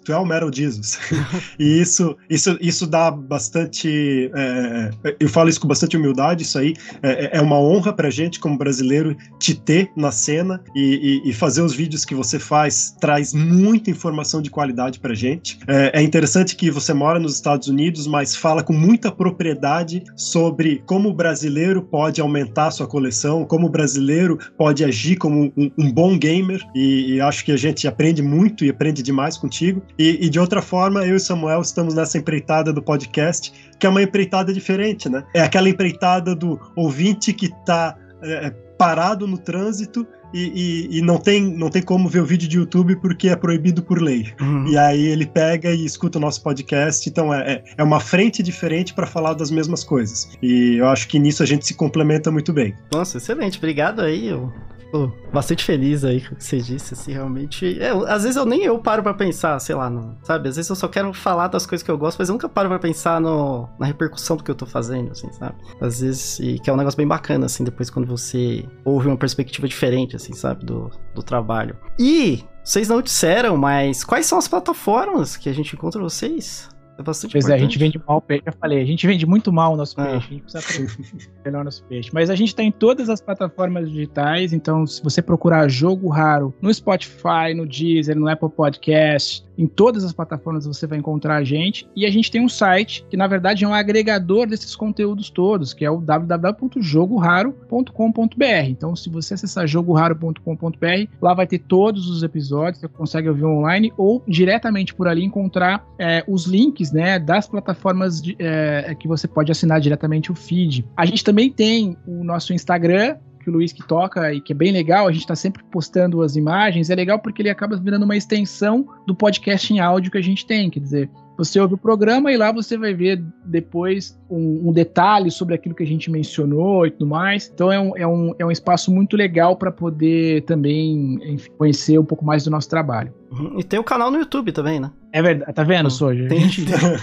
tu é o Metal Jesus. E isso, isso, isso dá bastante... É, eu falo isso com bastante humildade, isso aí é, é uma honra pra gente, como brasileiro, te ter na cena e, e, e fazer os vídeos que você faz, traz muita informação de qualidade pra gente. É, é interessante que você mora nos Estados Unidos, mas fala com muita propriedade sobre como o brasileiro pode aumentar a sua coleção, como o brasileiro pode agir como um, um bom gamer, e, e acho que a gente aprende muito e aprende demais contigo. E, e de outra forma, eu e Samuel estamos nessa empreitada do podcast, que é uma empreitada diferente, né? É aquela empreitada do ouvinte que está é, parado no trânsito E, e, e não, tem, não tem como ver o vídeo de YouTube porque é proibido por lei. Uhum. E aí ele pega e escuta o nosso podcast. Então é, é uma frente diferente para falar das mesmas coisas. E eu acho que nisso a gente se complementa muito bem. Nossa, excelente. Obrigado aí. Eu tô bastante feliz aí com o que você disse. Assim, realmente... É, às vezes eu nem eu paro pra pensar, sei lá, no, sabe? Às vezes eu só quero falar das coisas que eu gosto, mas eu nunca paro pra pensar no, na repercussão do que eu tô fazendo, assim, sabe? Às vezes, e que é um negócio bem bacana, assim, depois quando você ouve uma perspectiva diferente, assim, sabe? Do, do trabalho. E vocês não disseram, mas quais são as plataformas que a gente encontra vocês? É bastante pois importante. É, a gente vende mal o peixe, eu falei, a gente vende muito mal o nosso peixe, ah. a gente precisa melhor o nosso peixe. Mas a gente tá em todas as plataformas digitais, então se você procurar Jogo Raro no Spotify, no Deezer, no Apple Podcast, em todas as plataformas você vai encontrar a gente. E a gente tem um site que na verdade é um agregador desses conteúdos todos, que é o w w w ponto jogo raro ponto com ponto b r. Então se você acessar jogo raro ponto com ponto b r, lá vai ter todos os episódios, você consegue ouvir online ou diretamente por ali encontrar é, os links, né, das plataformas de, é, que você pode assinar diretamente o feed. A gente também tem o nosso Instagram, que o Luiz que toca e que é bem legal, a gente tá sempre postando as imagens, é legal porque ele acaba virando uma extensão do podcast em áudio que a gente tem, quer dizer, você ouve o programa e lá você vai ver depois um, um detalhe sobre aquilo que a gente mencionou e tudo mais. Então é um, é um, é um espaço muito legal para poder também, enfim, conhecer um pouco mais do nosso trabalho. Uhum. E tem o canal no YouTube também, né? É verdade, tá vendo, Soja? Tem, gente...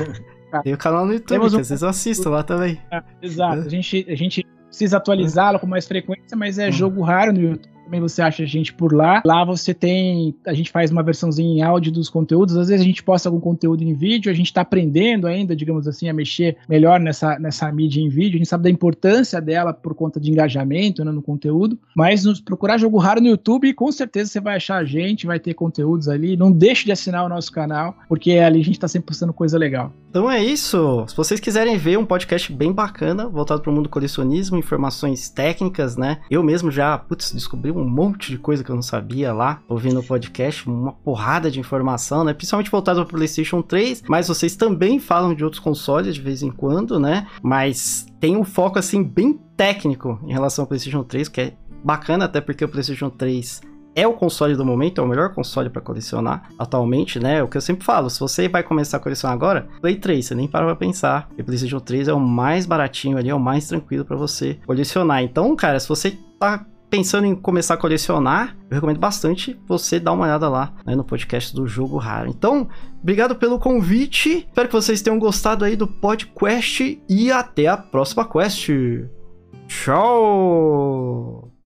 tem o canal no YouTube, Temos que um... às vezes eu assisto lá também. É, exato, a gente, a gente precisa atualizá-lo com mais frequência, mas é jogo raro no YouTube. Também você acha a gente por lá. Lá você tem... A gente faz uma versãozinha em áudio dos conteúdos. Às vezes a gente posta algum conteúdo em vídeo. A gente tá aprendendo ainda, digamos assim, a mexer melhor nessa, nessa mídia em vídeo. A gente sabe da importância dela por conta de engajamento, né, no conteúdo. Mas nos procurar Jogo Raro no YouTube, com certeza você vai achar a gente, vai ter conteúdos ali. Não deixe de assinar o nosso canal, porque ali a gente tá sempre postando coisa legal. Então é isso. Se vocês quiserem ver um podcast bem bacana, voltado para o mundo do colecionismo, informações técnicas, né? Eu mesmo já, putz, descobri um monte de coisa que eu não sabia lá, ouvindo o podcast, uma porrada de informação, né? Principalmente voltado para o PlayStation três, mas vocês também falam de outros consoles de vez em quando, né? Mas tem um foco, assim, bem técnico em relação ao PlayStation três, que é bacana, até porque o PlayStation três é o console do momento, é o melhor console para colecionar atualmente, né? O que eu sempre falo, se você vai começar a colecionar agora, Play três, você nem para pra pensar. O PlayStation três é o mais baratinho ali, é o mais tranquilo para você colecionar. Então, cara, se você tá pensando em começar a colecionar, eu recomendo bastante você dar uma olhada lá, né, no podcast do Jogo Raro. Então, obrigado pelo convite, espero que vocês tenham gostado aí do podcast e até a próxima quest. Tchau!